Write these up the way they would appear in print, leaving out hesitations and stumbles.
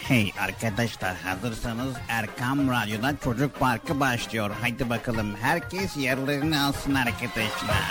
Hey arkadaşlar, hazırsanız Erkam Radyo'da Çocuk Parkı başlıyor. Haydi bakalım, herkes yerlerini alsın arkadaşlar.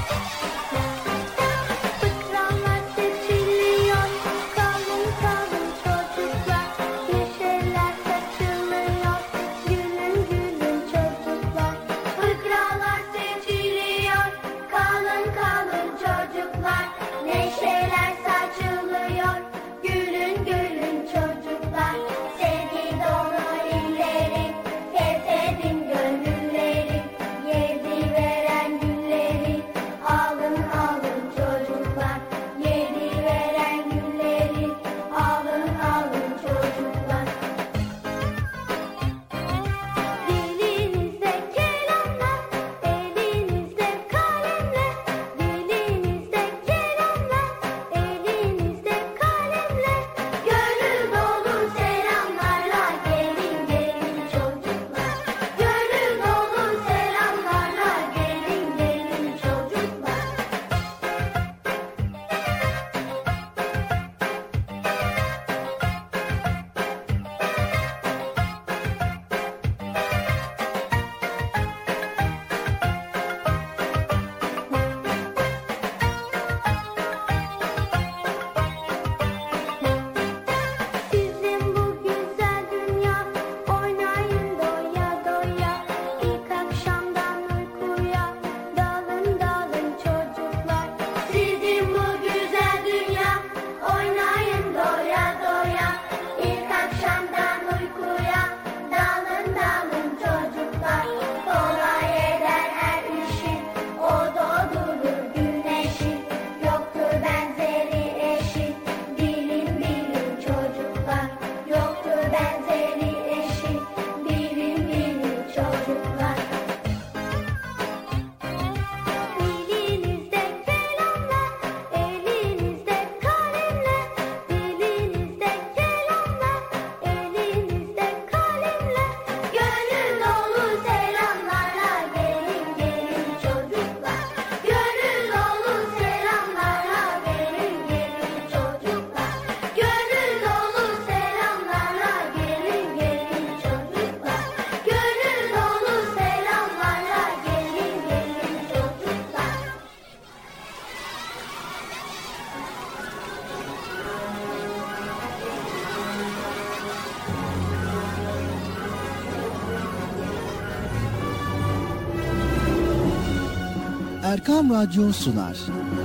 Erkam Radyo sunar.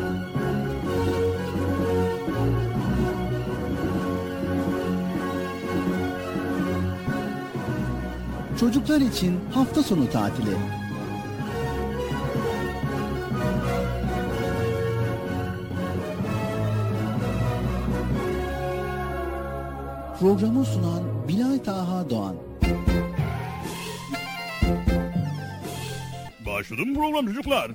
Çocuklar için hafta sonu tatili. Programı sunan Bilal Taha Doğan. Başladı mı program çocuklar?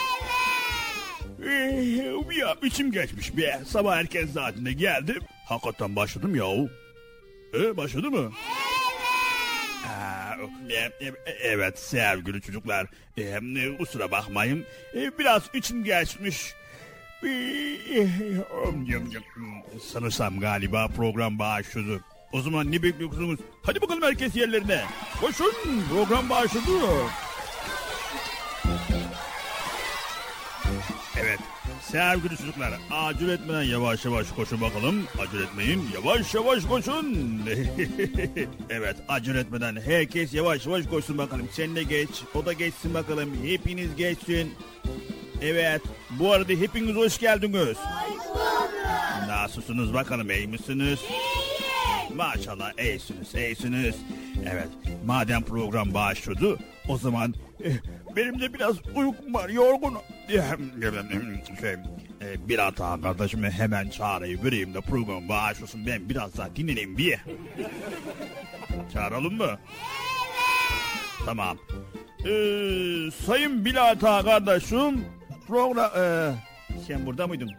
Ya içim geçmiş be. Sabah erken saatinde geldim. Hakikaten başladım yahu. Başladı mı? Evet sevgili çocuklar. Kusura bakmayın. Biraz içim geçmiş. Sanırsam galiba program başladı. O zaman ne bekliyorsunuz? Hadi bakalım herkes yerlerine. Koşun, program başladı. Evet sevgili çocuklar, acele etmeden yavaş yavaş koşun bakalım. Acele etmeyin, yavaş yavaş koşun. Evet, acele etmeden herkes yavaş yavaş koşsun bakalım. Sen de geç, o da geçsin bakalım. Hepiniz geçsin. Evet, bu arada hepiniz hoş geldiniz. Hoş bulduk. Nasılsınız bakalım, iyi misiniz? İyiyim. Maşallah iyisiniz. Evet, madem program başladı, o zaman benim de biraz uykum var, yorgunum. Bir hata kardeşime hemen çağırayım, vereyim de program başlasın, ben biraz daha dinleneyim diye. Çağıralım mı? Evet. Tamam. Sayın Bilal Ağa kardeşim, program... Sen burada mıydın?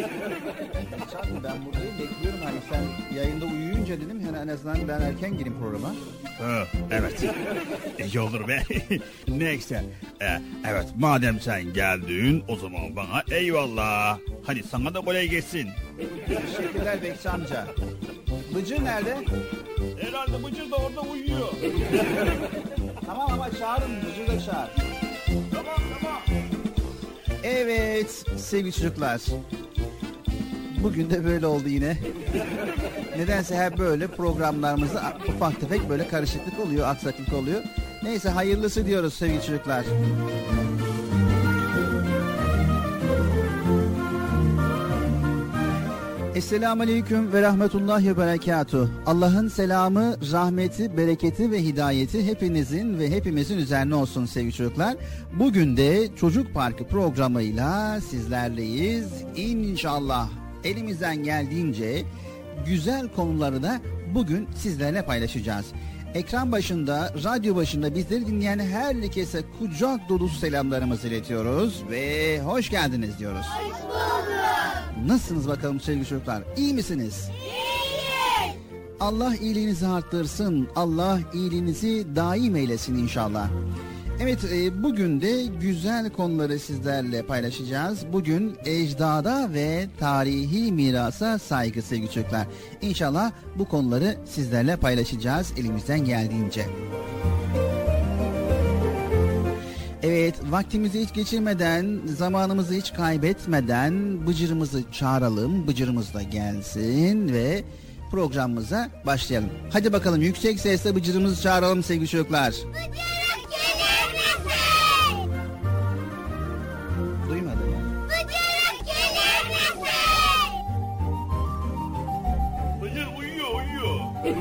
Ben buradayım, bekliyorum. Hani sen yayında uyuyunca dedim, en azından ben erken gireyim programa. Evet. İyi olur be. Neyse. Evet, madem sen geldin, o zaman bana eyvallah. Hadi sana da kolay gelsin. Teşekkürler Bekçi amca. Bıcır nerede? Herhalde Bıcır da orada uyuyor. Tamam ama çağırın. Bıcır da çağır. Tamam. Evet sevgili çocuklar. Bugün de böyle oldu yine. Nedense hep böyle programlarımızda ufak tefek böyle karışıklık oluyor, aksaklık oluyor. Neyse hayırlısı diyoruz sevgili çocuklar. Esselamu Aleyküm ve Rahmetullahi ve Berekatuhu. Allah'ın selamı, rahmeti, bereketi ve hidayeti hepinizin ve hepimizin üzerine olsun sevgili çocuklar. Bugün de Çocuk Parkı programıyla sizlerleyiz. İnşallah elimizden geldiğince güzel konuları da bugün sizlerle paylaşacağız. Ekran başında, radyo başında bizleri dinleyen herkese kucak dolusu selamlarımızı iletiyoruz ve hoş geldiniz diyoruz. Hoş bulduk. Nasılsınız bakalım sevgili çocuklar? İyi misiniz? İyiyiz. Allah iyiliğinizi arttırsın. Allah iyiliğinizi daim eylesin inşallah. Evet, bugün de güzel konuları sizlerle paylaşacağız. Bugün ecdada ve tarihi mirasa saygı sevgili çocuklar. İnşallah bu konuları sizlerle paylaşacağız elimizden geldiğince. Evet, vaktimizi hiç geçirmeden, zamanımızı hiç kaybetmeden Bıcır'ımızı çağıralım. Bıcır'ımız da gelsin ve programımıza başlayalım. Hadi bakalım yüksek sesle Bıcır'ımızı çağıralım sevgili çocuklar. Bıcır'ım gelir misin? Duymadım. Bıcır'ım gelir misin? Bıcır uyuyor.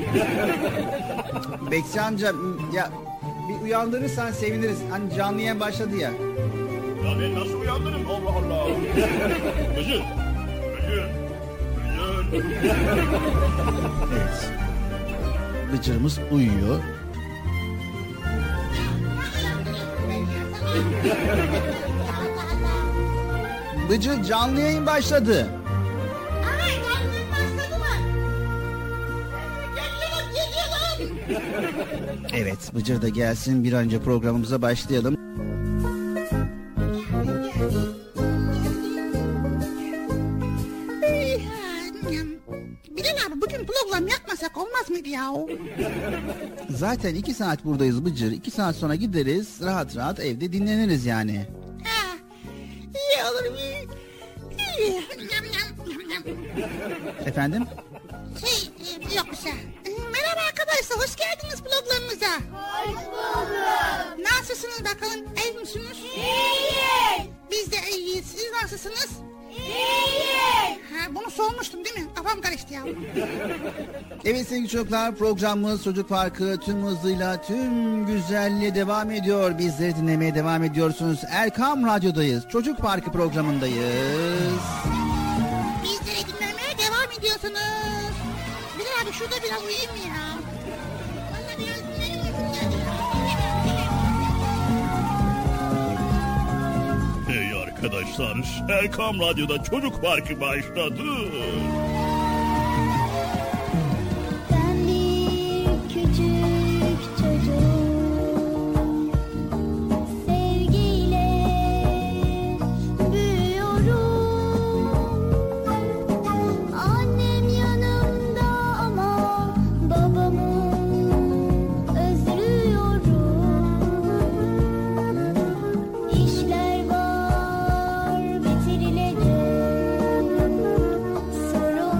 Bekçi amca ya bir uyandırırsan seviniriz. Hani canlı yayın başladı ya. Ya ben nasıl uyandırırım? Allah Allah. Bıcır. Evet. Bıcır'ımız uyuyor. Bıcır canlı yayın başladı. Ay kalbim başladı mı? Geliyorum. Evet, Bıcır da gelsin, bir an önce programımıza başlayalım. Bilal abi bugün program yapmasak olmaz mıydı ya? Zaten 2 saat buradayız Bıcır. 2 saat sonra gideriz, rahat rahat evde dinleniriz yani. Ha, iyi olur. İyi. Efendim? Yok bir şey. Merhaba arkadaşlar, hoş geldiniz programımıza. Hoş bulduk. Nasılsınız bakalım, iyi misiniz? İyiyiz. Biz de iyiyiz. Siz nasılsınız? İyiyiz. Ha, bunu sormuştum değil mi? Kafam karıştı ya. Evet sevgili çocuklar, programımız Çocuk Parkı tüm hızıyla, tüm güzelliğe devam ediyor. Bizleri dinlemeye devam ediyorsunuz. Erkam Radyo'dayız. Çocuk Parkı programındayız. Bizleri dinlemeye devam ediyorsunuz. Bilal abi şurada biraz uyuyayım mı ya? Vallahi biraz dinlerim uykum geldi. Hey arkadaşlar, Erkam Radyo'da Çocuk Parkı başladı. Ben bir küçük çocuğum, sevgiyle büyüyorum. Annem yanımda ama babamı özlüyorum. İşler var bitirilecek, sorun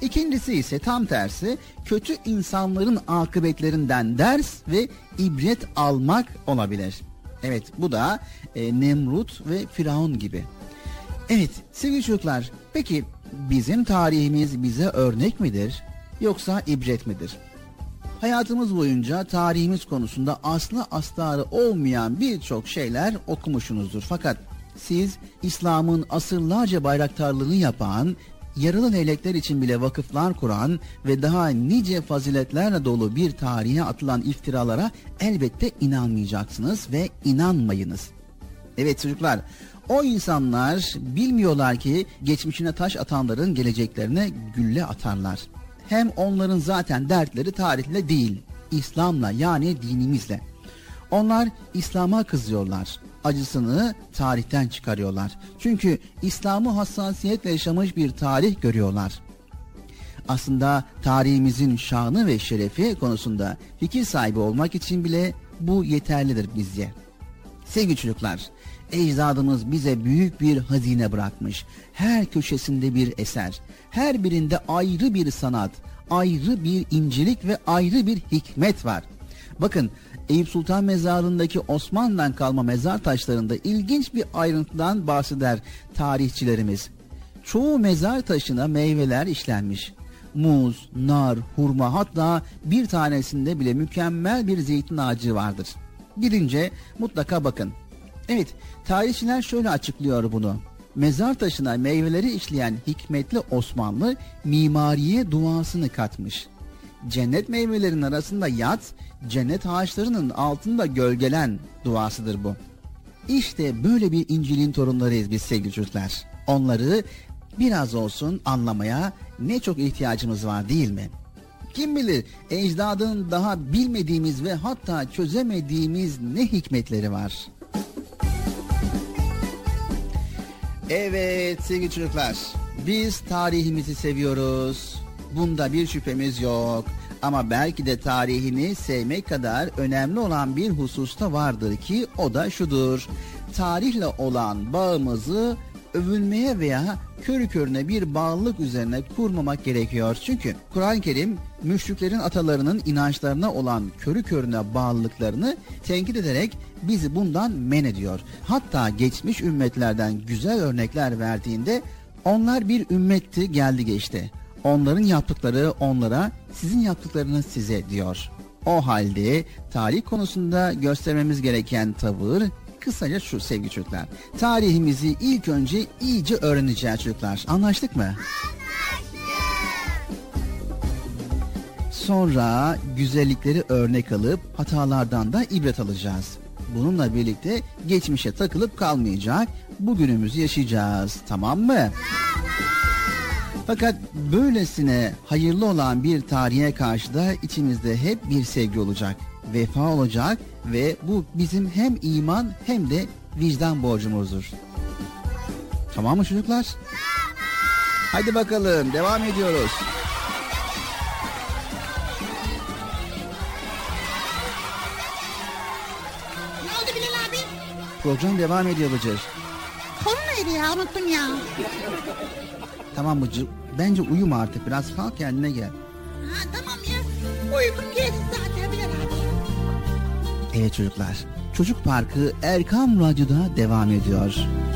İkincisi ise tam tersi, kötü insanların akıbetlerinden ders ve ibret almak olabilir. Evet, bu da Nemrut ve Firavun gibi. Evet sevgili çocuklar, peki bizim tarihimiz bize örnek midir yoksa ibret midir? Hayatımız boyunca tarihimiz konusunda aslı astarı olmayan birçok şeyler okumuşsunuzdur. Fakat siz İslam'ın asırlarca bayraktarlığını yapan, yaralı leylekler için bile vakıflar kuran ve daha nice faziletlerle dolu bir tarihe atılan iftiralara elbette inanmayacaksınız ve inanmayınız. Evet çocuklar, o insanlar bilmiyorlar ki geçmişine taş atanların geleceklerine gülle atarlar. Hem onların zaten dertleri tarihle değil, İslam'la yani dinimizle. Onlar İslam'a kızıyorlar. Acısını tarihten çıkarıyorlar. Çünkü İslam'ı hassasiyetle yaşamış bir tarih görüyorlar. Aslında tarihimizin şanı ve şerefi konusunda fikir sahibi olmak için bile bu yeterlidir bizce. Sevgili çocuklar, ecdadımız bize büyük bir hazine bırakmış. Her köşesinde bir eser, her birinde ayrı bir sanat, ayrı bir incelik ve ayrı bir hikmet var. Bakın, Eyüp Sultan Mezarlığı'ndaki Osmanlı'dan kalma mezar taşlarında ilginç bir ayrıntıdan bahseder tarihçilerimiz. Çoğu mezar taşına meyveler işlenmiş. Muz, nar, hurma, hatta bir tanesinde bile mükemmel bir zeytin ağacı vardır. Gidince mutlaka bakın. Evet, tarihçiler şöyle açıklıyor bunu. Mezar taşına meyveleri işleyen hikmetli Osmanlı mimariye duasını katmış. Cennet meyvelerinin arasında yat, cennet ağaçlarının altında gölgelen duasıdır bu. İşte böyle bir İncil'in torunlarıyız biz sevgili çocuklar. Onları biraz olsun anlamaya ne çok ihtiyacımız var değil mi? Kim bilir ecdadın daha bilmediğimiz ve hatta çözemediğimiz ne hikmetleri var. Evet sevgili çocuklar, biz tarihimizi seviyoruz. Bunda bir şüphemiz yok. Ama belki de tarihini sevmek kadar önemli olan bir hususta vardır ki o da şudur. Tarihle olan bağımızı övünmeye veya körü körüne bir bağlılık üzerine kurmamak gerekiyor. Çünkü Kur'an-ı Kerim müşriklerin atalarının inançlarına olan körü körüne bağlılıklarını tenkit ederek bizi bundan men ediyor. Hatta geçmiş ümmetlerden güzel örnekler verdiğinde onlar bir ümmetti, geldi geçti. Onların yaptıkları onlara, sizin yaptıklarınız size diyor. O halde tarih konusunda göstermemiz gereken tavır kısaca şu sevgili çocuklar. Tarihimizi ilk önce iyice öğreneceğiz çocuklar. Anlaştık mı? Anlaştık. Sonra güzellikleri örnek alıp hatalardan da ibret alacağız. Bununla birlikte geçmişe takılıp kalmayacak, bugünümüzü yaşayacağız. Tamam mı? Tamam. Fakat böylesine hayırlı olan bir tarihe karşı da içimizde hep bir sevgi olacak, vefa olacak ve bu bizim hem iman hem de vicdan borcumuzdur. Tamam mı çocuklar? Tamam. Hadi bakalım devam ediyoruz. Ne oldu Bilal abi? Program devam ediyor Bıcır. Konu neydi ya, unuttum ya. Tamam Bıcır, bence uyuma artık, biraz kalk kendine gel. Ha, tamam ya, uykum geçti zaten Bilal abi. Evet çocuklar, Çocuk Parkı Erkam Radyo'da devam ediyor.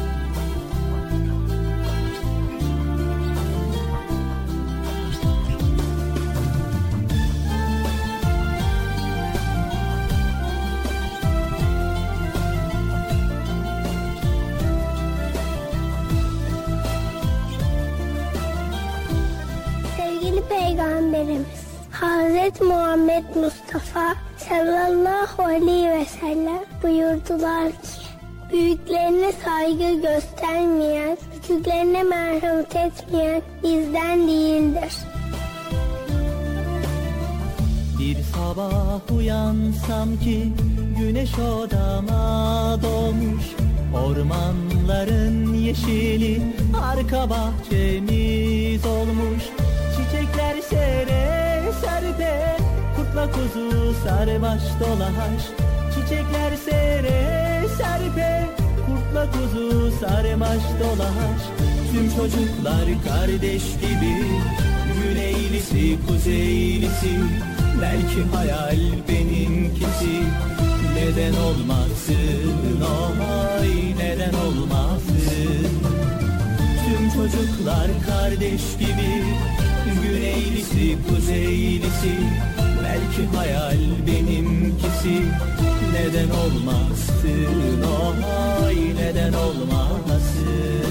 Sevgili Peygamberimiz Hazreti Muhammed Mustafa sallallahu aleyhi ve sellem buyurdular ki büyüklerine saygı göstermeyen, küçüklerine merhamet etmeyen bizden değildir. Bir sabah uyansam ki güneş odama doğmuş, ormanların yeşili arka bahçemiz olmuş. Çiçekler sere serpe, kurtla kuzu sarmaş dolaş. Çiçekler sere serpe, kurtla kuzu sarmaş dolaş. Tüm çocuklar kardeş gibi güneş Güneylisi kuzeylisi, belki hayal benimkisi. Neden olmasın, oy neden olmasın? Tüm çocuklar kardeş gibi, güneylisi kuzeylisi, belki hayal benimkisi. Neden olmasın, oy neden olmasın?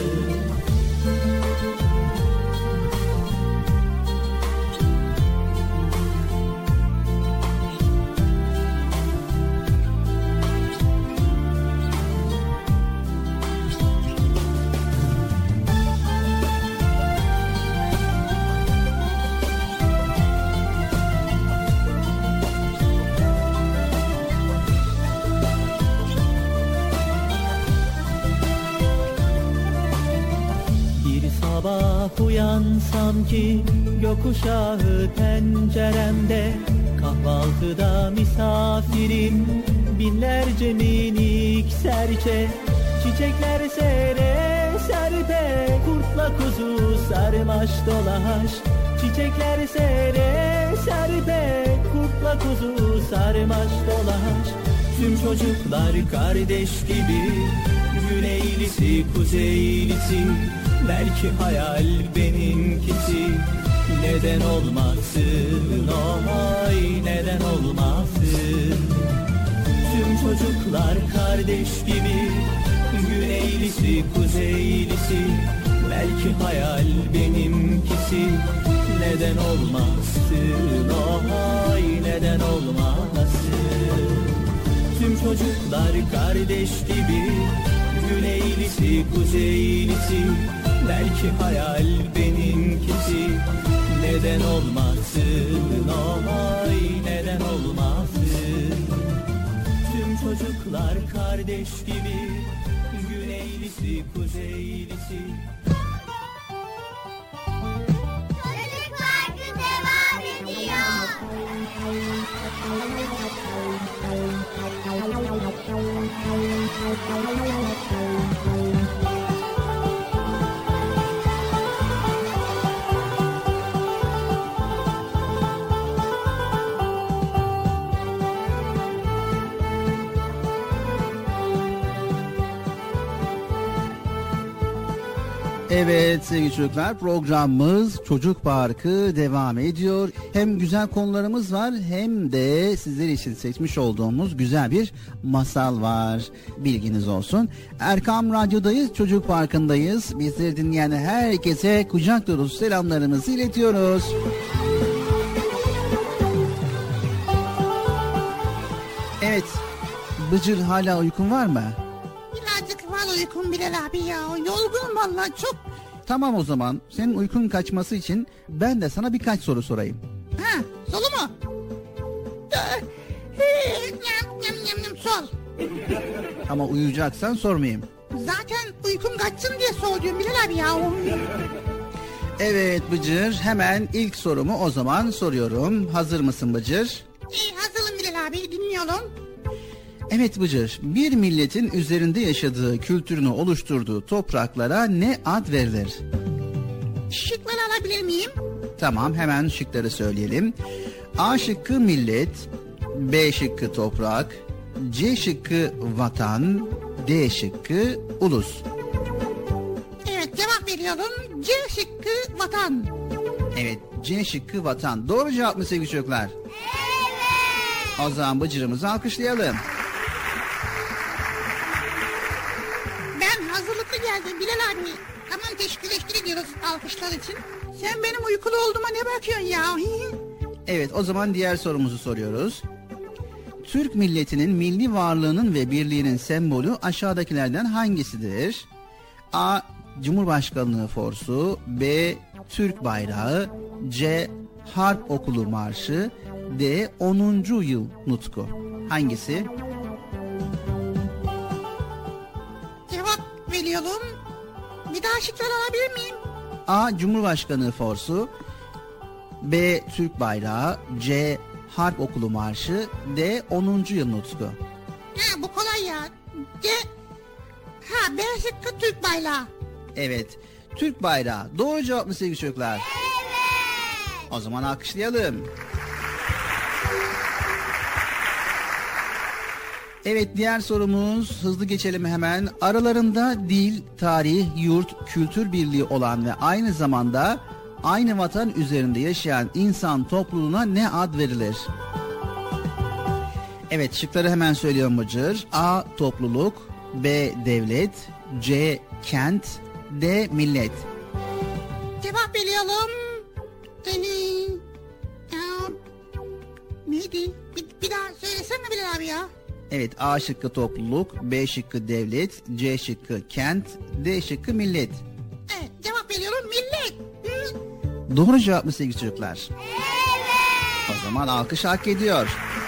Uyansam ki gökkuşağı penceremde, kahvaltıda misafirim, binlerce minik serçe. Çiçekler sere serde, kurtla kuzu sarmaş dolaş. Çiçekler sere serde, kurtla kuzu sarmaş dolaş. Tüm çocuklar kardeş gibi, güneylisi kuzeylisi, belki hayal benimkisi. Neden olmasın, oy neden olmasın? Tüm çocuklar kardeş gibi, güneylisi kuzeylisi, belki hayal benimkisi. Neden olmasın, oy neden olmasın? Tüm çocuklar kardeş gibi, güneylisi kuzeylisi, belki hayal benimkisi. Neden olmasın, oy neden olmasın? Tüm çocuklar kardeş gibi, güneylisi kuzeylisi. Çocuk Parkı devam ediyor. Evet sevgili çocuklar, programımız Çocuk Parkı devam ediyor. Hem güzel konularımız var hem de sizler için seçmiş olduğumuz güzel bir masal var. Bilginiz olsun. Erkam Radyo'dayız, Çocuk Parkı'ndayız. Bizleri dinleyen herkese kucak dolusu selamlarımızı iletiyoruz. Evet, Bıcır hala uykun var mı? Birazcık var uykum Bilal abi ya. Yorgunum vallahi çok. Tamam, o zaman senin uykun kaçması için ben de sana birkaç soru sorayım. Ha, solu mu? Sol. Ama uyuyacaksan sormayayım. Zaten uykum kaçsın diye soruyorum Bilal abi ya. Evet Bıcır, hemen ilk sorumu o zaman soruyorum. Hazır mısın Bıcır? Hazırım Bilal abi, dinliyorum. Evet Bıcır, bir milletin üzerinde yaşadığı, kültürünü oluşturduğu topraklara ne ad verilir? Şıkları alabilir miyim? Tamam, hemen şıkları söyleyelim. A şıkkı millet, B şıkkı toprak, C şıkkı vatan, D şıkkı ulus. Evet, cevap veriyorum. C şıkkı vatan. Evet, C şıkkı vatan. Doğru cevap mı sevgili çocuklar? Evet. O zaman Bıcır'ımızı alkışlayalım. Ben hazırlıklı geldim Bilal abi. Tamam, teşekkür ediyoruz alkışlar için. Sen benim uykulu olduğuma ne bakıyorsun ya? Evet, o zaman diğer sorumuzu soruyoruz. Türk milletinin milli varlığının ve birliğinin sembolü aşağıdakilerden hangisidir? A. Cumhurbaşkanlığı forsu, B. Türk bayrağı, C. Harp Okulu Marşı, D. 10. Yıl Nutku. Hangisi? Cevap veriyorum. Bir daha şıkları alabilir miyim? A. Cumhurbaşkanlığı forsu, B. Türk bayrağı, C. Harp Okulu Marşı, D. 10. Yıl Nutku. Ha, bu kolay ya. C. Ha, B şıkkı Türk bayrağı. Evet, Türk bayrağı. Doğru cevap mı sevgili çocuklar? Evet. O zaman alkışlayalım. Evet, diğer sorumuz, hızlı geçelim hemen. Aralarında dil, tarih, yurt, kültür birliği olan ve aynı zamanda aynı vatan üzerinde yaşayan insan topluluğuna ne ad verilir? Evet, şıkları hemen söylüyorum Bıcır. A. Topluluk, B. Devlet, C. Kent, D. Millet. Cevap veriyorum. Neydi? Bir daha söylesene Bilal abi ya. Evet, A şıkkı topluluk, B şıkkı devlet, C şıkkı kent, D şıkkı millet. Evet, cevap veriyorum millet. Doğru cevap mı sevgili çocuklar? Evet. O zaman alkış hak ediyor.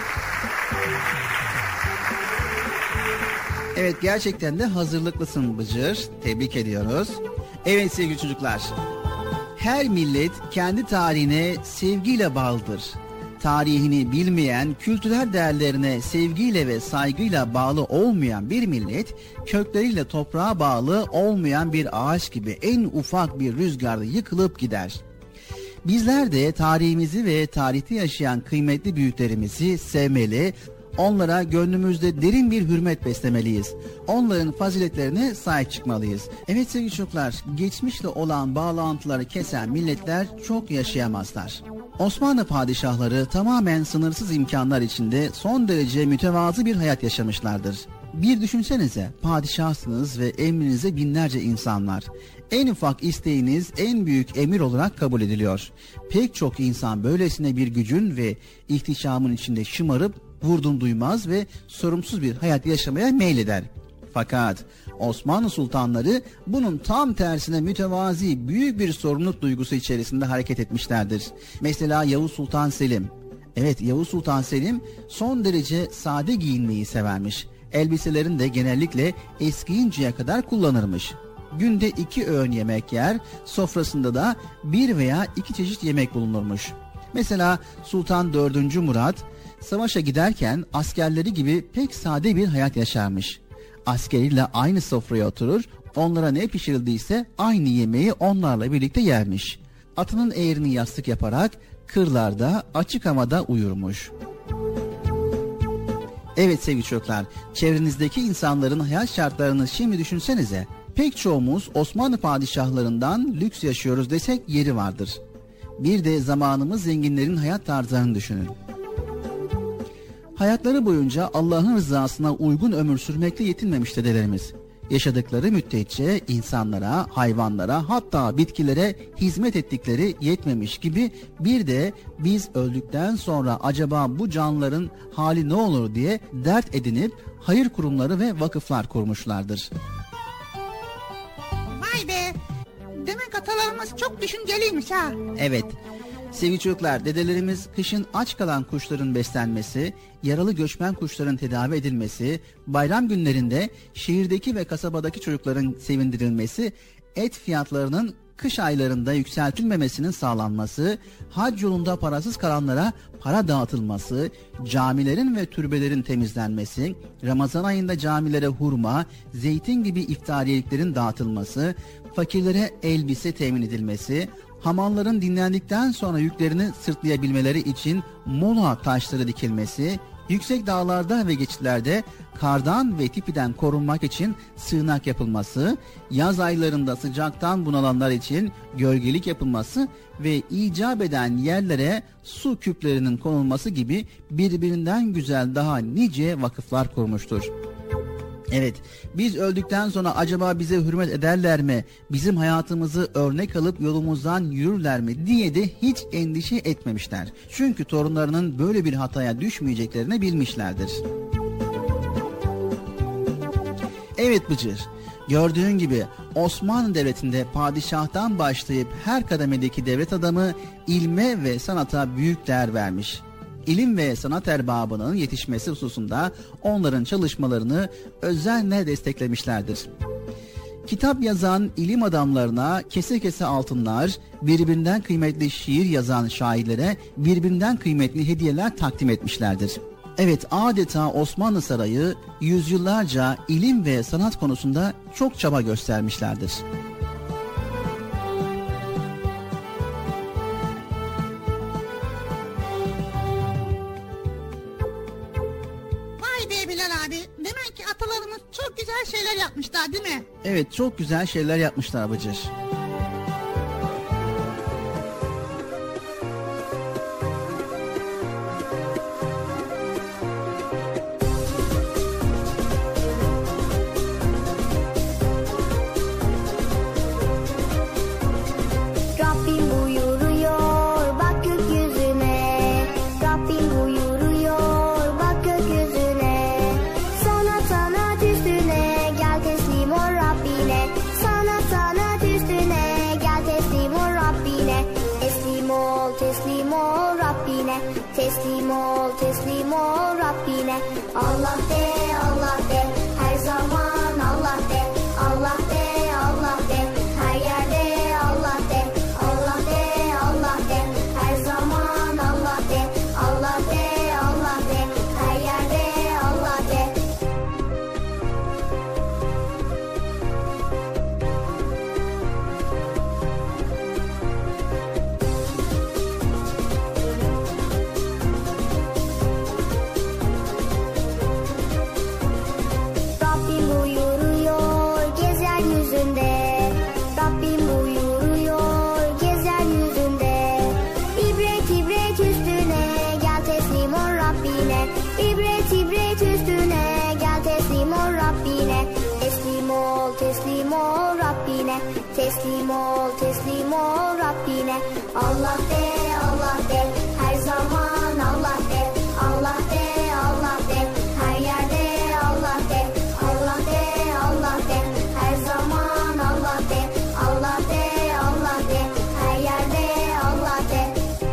Evet, gerçekten de hazırlıklısın Bıcır. Tebrik ediyoruz. Evet sevgili çocuklar. Her millet kendi tarihine sevgiyle bağlıdır. Tarihini bilmeyen, kültürel değerlerine sevgiyle ve saygıyla bağlı olmayan bir millet, kökleriyle toprağa bağlı olmayan bir ağaç gibi en ufak bir rüzgarda yıkılıp gider. Bizler de tarihimizi ve tarihte yaşayan kıymetli büyüklerimizi sevmeli, onlara gönlümüzde derin bir hürmet beslemeliyiz. Onların faziletlerine sahip çıkmalıyız. Evet sevgili çocuklar, geçmişle olan bağlantıları kesen milletler çok yaşayamazlar. Osmanlı padişahları tamamen sınırsız imkanlar içinde son derece mütevazı bir hayat yaşamışlardır. Bir düşünsenize, padişahsınız ve emrinize binlerce insanlar. En ufak isteğiniz en büyük emir olarak kabul ediliyor. Pek çok insan böylesine bir gücün ve ihtişamın içinde şımarıp vurdum duymaz ve sorumsuz bir hayat yaşamaya meyleder. Fakat Osmanlı sultanları bunun tam tersine mütevazi büyük bir sorumluluk duygusu içerisinde hareket etmişlerdir. Mesela Yavuz Sultan Selim. Evet, Yavuz Sultan Selim son derece sade giyinmeyi severmiş. Elbiselerini de genellikle eskiyinceye kadar kullanırmış. Günde 2 öğün yemek yer, sofrasında da 1 veya 2 çeşit yemek bulunurmuş. Mesela Sultan 4. Murat savaşa giderken askerleri gibi pek sade bir hayat yaşarmış. Askeriyle aynı sofraya oturur, onlara ne pişirildiyse aynı yemeği onlarla birlikte yermiş. Atının eğerini yastık yaparak kırlarda, açık havada uyurmuş. Evet sevgili çocuklar, çevrenizdeki insanların hayat şartlarını şimdi düşünsenize. Pek çoğumuz Osmanlı padişahlarından lüks yaşıyoruz desek yeri vardır. Bir de zamanımız zenginlerin hayat tarzlarını düşünün. Hayatları boyunca Allah'ın rızasına uygun ömür sürmekle yetinmemiş dedelerimiz. Yaşadıkları müddetçe insanlara, hayvanlara, hatta bitkilere hizmet ettikleri yetmemiş gibi bir de biz öldükten sonra acaba bu canlıların hali ne olur diye dert edinip hayır kurumları ve vakıflar kurmuşlardır. Vay be! Demek atalarımız çok düşünceliymiş ha. Evet. Sevgili çocuklar, dedelerimiz kışın aç kalan kuşların beslenmesi, yaralı göçmen kuşların tedavi edilmesi, bayram günlerinde şehirdeki ve kasabadaki çocukların sevindirilmesi, et fiyatlarının kış aylarında yükseltilmemesinin sağlanması, hac yolunda parasız kalanlara para dağıtılması, camilerin ve türbelerin temizlenmesi, Ramazan ayında camilere hurma, zeytin gibi iftariyeliklerin dağıtılması, fakirlere elbise temin edilmesi, hamalların dinlendikten sonra yüklerini sırtlayabilmeleri için mola taşları dikilmesi, yüksek dağlarda ve geçitlerde kardan ve tipiden korunmak için sığınak yapılması, yaz aylarında sıcaktan bunalanlar için gölgelik yapılması ve icap eden yerlere su küplerinin konulması gibi birbirinden güzel daha nice vakıflar kurmuştur. Evet, biz öldükten sonra acaba bize hürmet ederler mi, bizim hayatımızı örnek alıp yolumuzdan yürürler mi diye de hiç endişe etmemişler. Çünkü torunlarının böyle bir hataya düşmeyeceklerini bilmişlerdir. Evet Bıcır, gördüğün gibi Osmanlı Devleti'nde padişahtan başlayıp her kademedeki devlet adamı ilme ve sanata büyük değer vermiş. İlim ve sanat erbabının yetişmesi hususunda onların çalışmalarını özenle desteklemişlerdir. Kitap yazan ilim adamlarına kese kese altınlar, birbirinden kıymetli şiir yazan şairlere birbirinden kıymetli hediyeler takdim etmişlerdir. Evet, adeta Osmanlı Sarayı yüzyıllarca ilim ve sanat konusunda çok çaba göstermişlerdir. Vay be Bilal abi. Demek ki atalarımız çok güzel şeyler yapmışlar değil mi? Evet, çok güzel şeyler yapmışlar Bıcır. Rabbim buyuruyor bak gökyüzüne, Rabbim buyuruyor bak gökyüzüne. Sanat üstüne gel teslim ol Rabbine, sanat üstüne gel teslim ol Rabbine. Teslim ol Rabbine, teslim ol Rabbine. Allah de her zaman Allah de, Allah de her yerde Allah de. Allah de, her zaman Allah de, Allah de, her yerde Allah de. Rabbim buyuruyor gez yeryüzünde, Rabbim buyuruyor gez yeryüzünde. İbret üstüne gel teslim ol Rabbine, İbret üstüne gel teslim ol Rabbine. Teslim ol Rabbine, teslim ol Rabbine. Allah de her zaman Allah de, Allah de her yerde Allah de. Allah de her zaman Allah de, Allah de her yerde Allah de.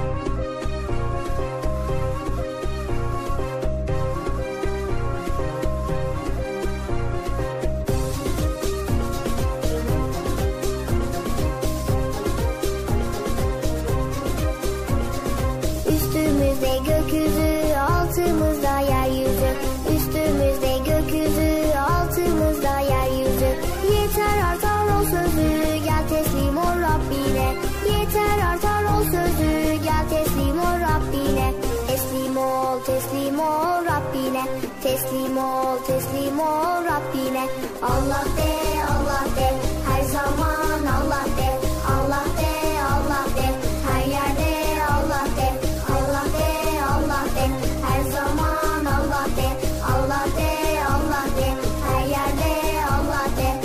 Üstümüzde gökyüzü, altımızda yeryüzü. Üstümüzde gökyüzü, altımızda yeryüzü. Yeter artar o sözü, gel teslim ol Rabbine. Yeter artar o sözü, gel teslim ol Rabbine. Teslim ol Rabbine, teslim ol Rabbine. Allah de her zaman Allah de, Allah de her yerde Allah de. Allah de her zaman Allah de, Allah de her yerde Allah de.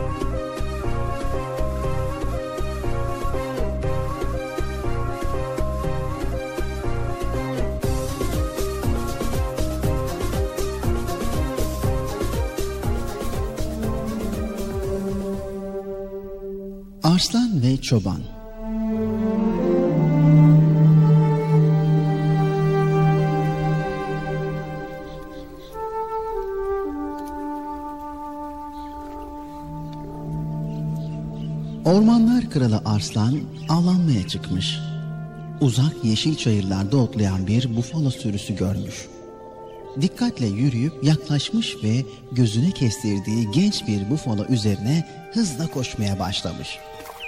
Arslan ve Çoban. Ormanlar kralı Arslan avlanmaya çıkmış. Uzak yeşil çayırlarda otlayan bir bufalo sürüsü görmüş. Dikkatle yürüyüp yaklaşmış ve gözüne kestirdiği genç bir bufalo üzerine hızla koşmaya başlamış.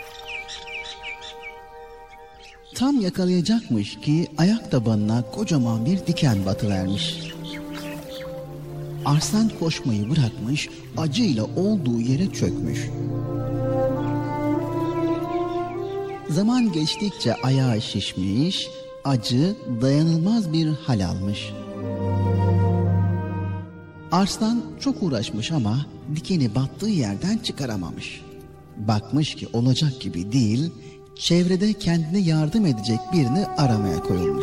Tam yakalayacakmış ki ayak tabanına kocaman bir diken batıvermiş. Arslan koşmayı bırakmış, acıyla olduğu yere çökmüş. Zaman geçtikçe ayağı şişmiş, acı dayanılmaz bir hal almış. Arslan çok uğraşmış ama dikeni battığı yerden çıkaramamış. Bakmış ki olacak gibi değil, çevrede kendine yardım edecek birini aramaya koyulmuş.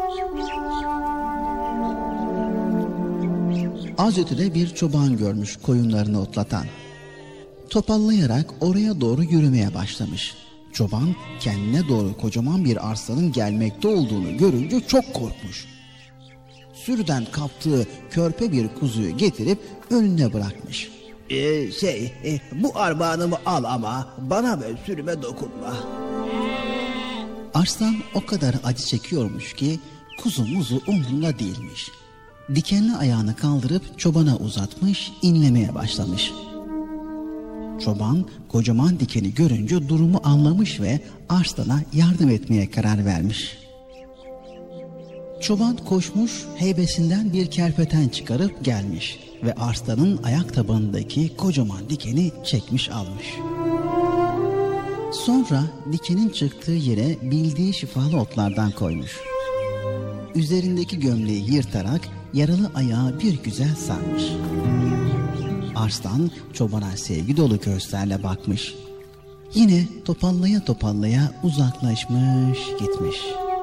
Az ötede bir çoban görmüş koyunlarını otlatan. Topallayarak oraya doğru yürümeye başlamış. Çoban kendine doğru kocaman bir arslanın gelmekte olduğunu görünce çok korkmuş. Sürüden kaptığı körpe bir kuzuyu getirip önüne bırakmış. Bu armağanımı al ama bana ve sürüme dokunma. Arslan o kadar acı çekiyormuş ki kuzu muzu umrunda değilmiş. Dikenli ayağını kaldırıp çobana uzatmış, inlemeye başlamış. Çoban kocaman dikeni görünce durumu anlamış ve Arslan'a yardım etmeye karar vermiş. Çoban koşmuş, heybesinden bir kerpeten çıkarıp gelmiş ve arslanın ayak tabanındaki kocaman dikeni çekmiş almış. Sonra dikenin çıktığı yere bildiği şifalı otlardan koymuş. Üzerindeki gömleği yırtarak yaralı ayağı bir güzel sarmış. Arslan çobana sevgi dolu gözlerle bakmış. Yine topallaya topallaya uzaklaşmış gitmiş.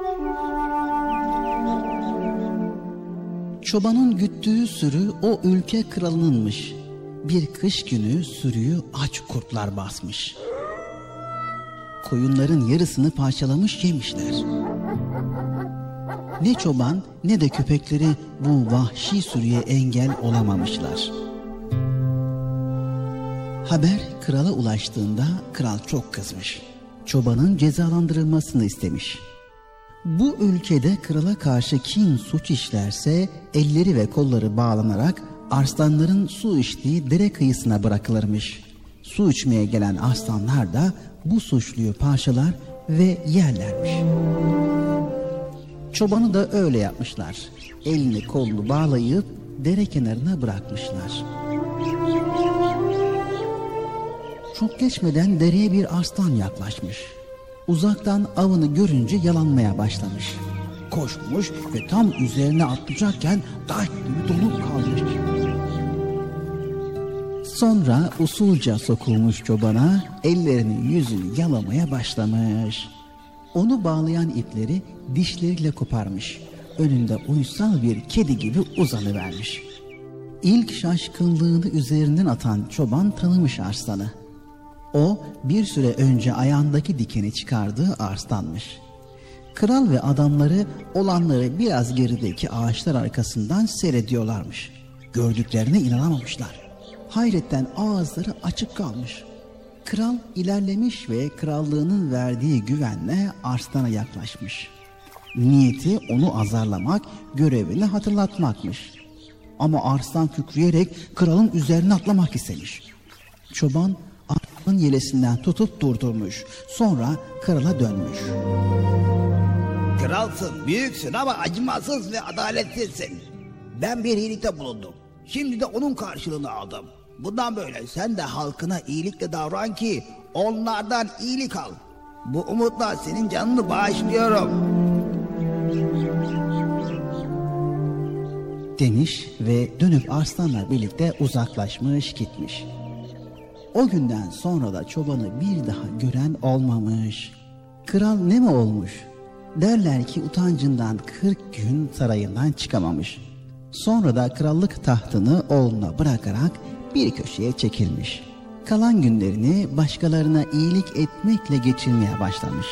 Çobanın güttüğü sürü o ülke kralınınmış. Bir kış günü sürüyü aç kurtlar basmış. Koyunların yarısını parçalamış yemişler. Ne çoban ne de köpekleri bu vahşi sürüye engel olamamışlar. Haber krala ulaştığında kral çok kızmış. Çobanın cezalandırılmasını istemiş. Bu ülkede krala karşı kim suç işlerse elleri ve kolları bağlanarak arslanların su içtiği dere kıyısına bırakılırmış. Su içmeye gelen arslanlar da bu suçluyu parçalar ve yerlermiş. Çobanı da öyle yapmışlar. Elini kolunu bağlayıp dere kenarına bırakmışlar. Çok geçmeden dereye bir arslan yaklaşmış. Uzaktan avını görünce yalanmaya başlamış. Koşmuş ve tam üzerine atlayacakken taş gibi donup kalmış. Sonra usulca sokulmuş çobana, ellerini yüzünü yalamaya başlamış. Onu bağlayan ipleri dişleriyle koparmış. Önünde uysal bir kedi gibi uzanıvermiş. İlk şaşkınlığını üzerinden atan çoban tanımış arslanı. O bir süre önce ayağındaki dikeni çıkardığı arslanmış. Kral ve adamları olanları biraz gerideki ağaçlar arkasından seyrediyorlarmış. Gördüklerine inanamamışlar. Hayretten ağızları açık kalmış. Kral ilerlemiş ve krallığının verdiği güvenle arslana yaklaşmış. Niyeti onu azarlamak, görevini hatırlatmakmış. Ama arslan kükreyerek kralın üzerine atlamak istemiş. Çoban arslanın yelesinden tutup durdurmuş. Sonra krala dönmüş. Kralsın, büyüksün ama acımasız ve adaletsizsin. Ben bir iyilikte bulundum. Şimdi de onun karşılığını aldım. Bundan böyle sen de halkına iyilikle davran ki onlardan iyilik al. Bu umutla senin canını bağışlıyorum. Demiş ve dönüp arslanla birlikte uzaklaşmış gitmiş. O günden sonra da çobanı bir daha gören olmamış. Kral ne mi olmuş? Derler ki utancından 40 gün sarayından çıkamamış. Sonra da krallık tahtını oğluna bırakarak bir köşeye çekilmiş. Kalan günlerini başkalarına iyilik etmekle geçirmeye başlamış.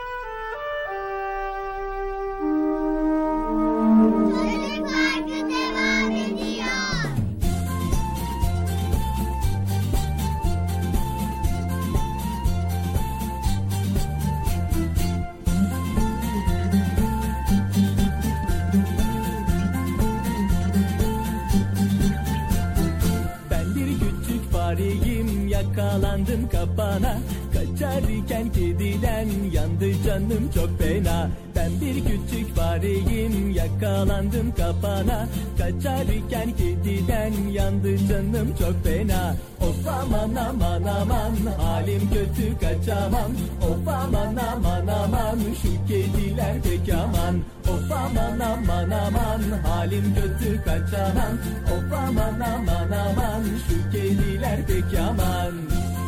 Yakalandım kapana, kaçarken kediden yandı canım çok fena. Ben bir küçük fareyim, yakalandım kapana, kaçarken kediden yandı canım çok fena. Of aman aman aman, halim kötü kaçamam. Of aman aman aman, şu kediler pek aman. Of aman aman aman, halim kötü kaçamam. Of aman aman aman, şu kediler pek aman.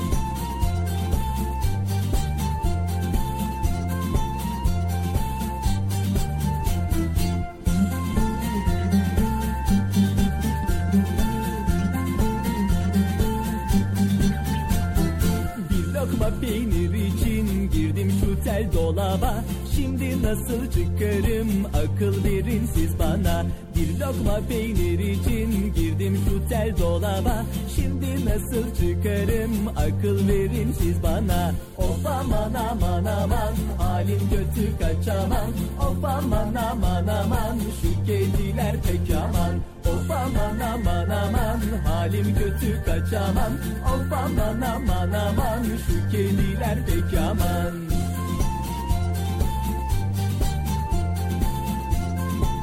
Lokma peynir için girdim şu tel dolaba. Şimdi nasıl çıkarım, akıl verin siz bana. Bir lokma peynir için girdim şu tel dolaba. Şimdi nasıl çıkarım, akıl verin siz bana. Of aman aman aman, halim kötü kaçamam. Of aman aman aman, şu kediler pek aman. Of aman aman aman, halim kötü kaçamam. Of aman aman aman, şu kediler pek aman.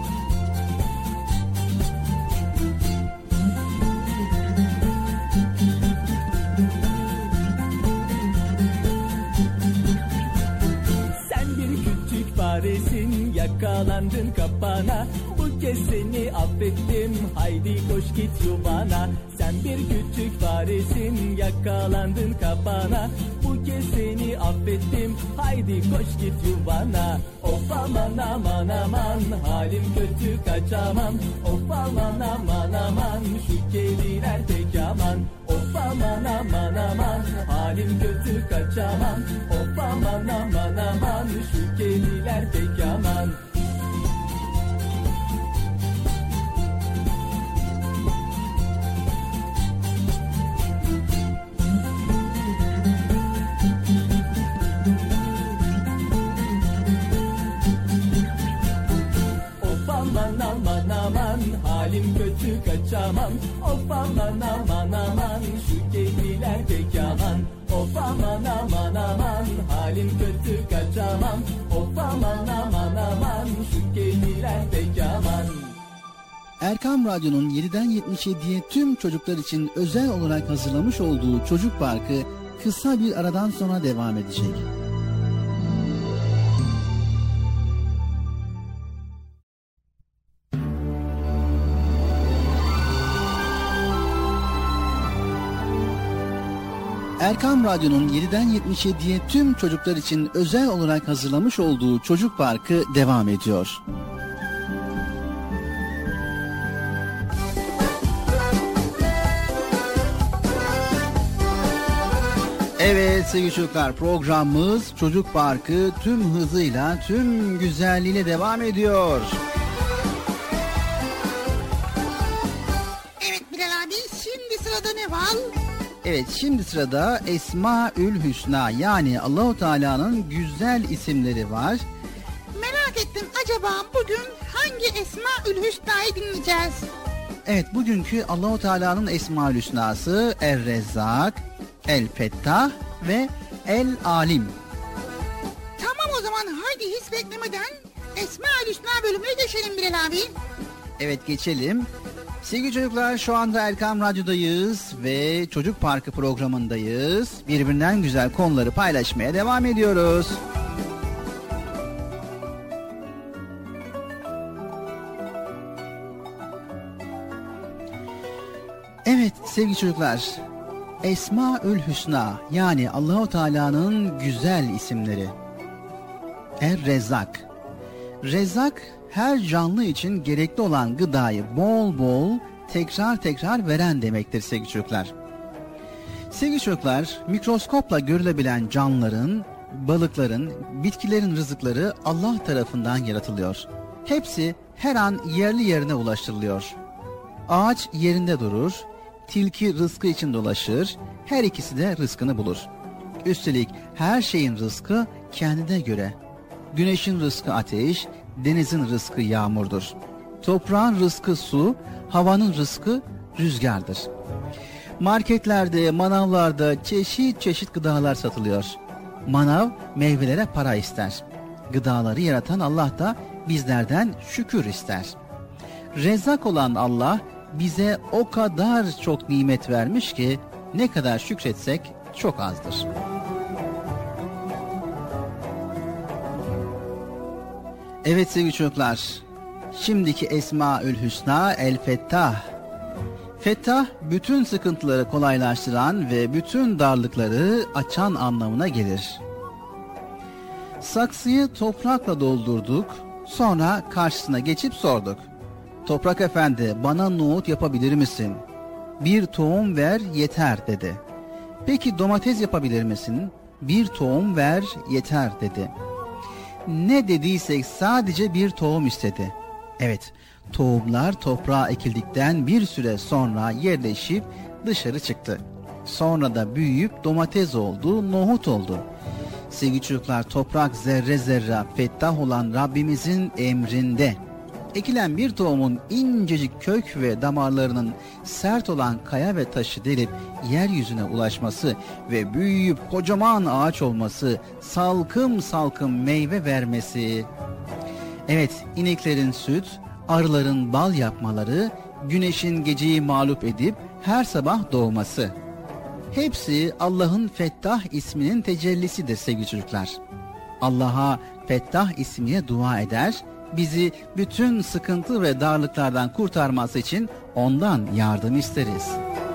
yakalandın kapana. Bu kez seni affettim, haydi koş git yuvana. Sen bir küçük faresin, yakalandın kapana. Bu kez seni affettim, haydi koş git yuvana. Of aman aman aman, halim kötü kaçamam. Of aman aman aman, şu kediler pek aman. Of aman aman aman, halim kötü kaçamam. Of aman aman aman, şu kediler pek aman. Aman aman aman, halim kötü kaçamam. Of aman aman aman, şu kediler pek aman. Of aman aman aman, halim kötü kaçamam. Of aman aman aman, şu kediler pek aman. Erkam Radyo'nun 7'den 77'ye tüm çocuklar için özel olarak hazırlamış olduğu Çocuk Parkı kısa bir aradan sonra devam edecek. Erkam Radyo'nun 7'den 77'ye tüm çocuklar için özel olarak hazırlamış olduğu Çocuk Parkı devam ediyor. Evet sevgili çocuklar, programımız Çocuk Parkı tüm hızıyla, tüm güzelliğiyle devam ediyor. Evet Bilal abi, şimdi sırada ne var? Evet, şimdi sırada Esmaül Hüsna, yani Allahu Teala'nın güzel isimleri var. Merak ettim, acaba bugün hangi Esmaül Hüsna'yı dinleyeceğiz? Evet, bugünkü Allahu Teala'nın Esmaül Hüsna'sı Er-Rezzak, El-Fettah ve El-Alim. Tamam, o zaman haydi hiç beklemeden Esmaül Hüsna bölümüne geçelim Bilal abi. Evet, geçelim. Sevgili çocuklar, şu anda Erkam Radyo'dayız ve Çocuk Parkı programındayız. Birbirinden güzel konuları paylaşmaya devam ediyoruz. Evet sevgili çocuklar, Esmaül Hüsna, yani Allahu Teala'nın güzel isimleri. Er-Rezzak. Rezzak, her canlı için gerekli olan gıdayı bol bol tekrar tekrar veren demektir sevgili çocuklar. Sevgili çocuklar, mikroskopla görülebilen canlıların, balıkların, bitkilerin rızıkları Allah tarafından yaratılıyor. Hepsi her an yerli yerine ulaştırılıyor. Ağaç yerinde durur, tilki rızkı için dolaşır, her ikisi de rızkını bulur. Üstelik her şeyin rızkı kendine göre. Güneşin rızkı ateş, denizin rızkı yağmurdur. Toprağın rızkı su, havanın rızkı rüzgardır. Marketlerde, manavlarda çeşit çeşit gıdalar satılıyor. Manav meyvelere para ister. Gıdaları yaratan Allah da bizlerden şükür ister. Rezzak olan Allah bize o kadar çok nimet vermiş ki ne kadar şükretsek çok azdır. Evet sevgili çocuklar, şimdiki Esmaül Hüsna El-Fettah. Fettah, bütün sıkıntıları kolaylaştıran ve bütün darlıkları açan anlamına gelir. Saksıyı toprakla doldurduk, sonra karşısına geçip sorduk. Toprak efendi, bana nohut yapabilir misin? Bir tohum ver yeter dedi. Peki domates yapabilir misin? Bir tohum ver yeter dedi. Ne dediysek sadece bir tohum istedi. Evet, tohumlar toprağa ekildikten bir süre sonra yerleşip dışarı çıktı. Sonra da büyüyüp domates oldu, nohut oldu. Sevgili çocuklar, toprak zerre zerre fettah olan Rabbimizin emrinde. Ekilen bir tohumun incecik kök ve damarlarının sert olan kaya ve taşı delip yeryüzüne ulaşması ve büyüyüp kocaman ağaç olması, salkım salkım meyve vermesi. Evet, ineklerin süt, arıların bal yapmaları, güneşin geceyi mağlup edip her sabah doğması. Hepsi Allah'ın Fettah isminin tecellisidir sevgili çocuklar. Allah'a Fettah ismiyle dua eder, bizi bütün sıkıntı ve darlıklardan kurtarması için ondan yardım isteriz.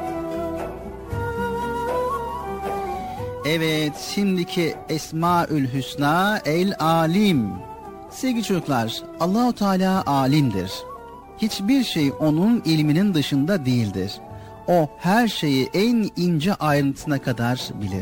Evet, şimdiki Esmaül Hüsna El Alim. Sevgili çocuklar, Allahu Teala alimdir. Hiçbir şey onun ilminin dışında değildir. O her şeyi en ince ayrıntısına kadar bilir.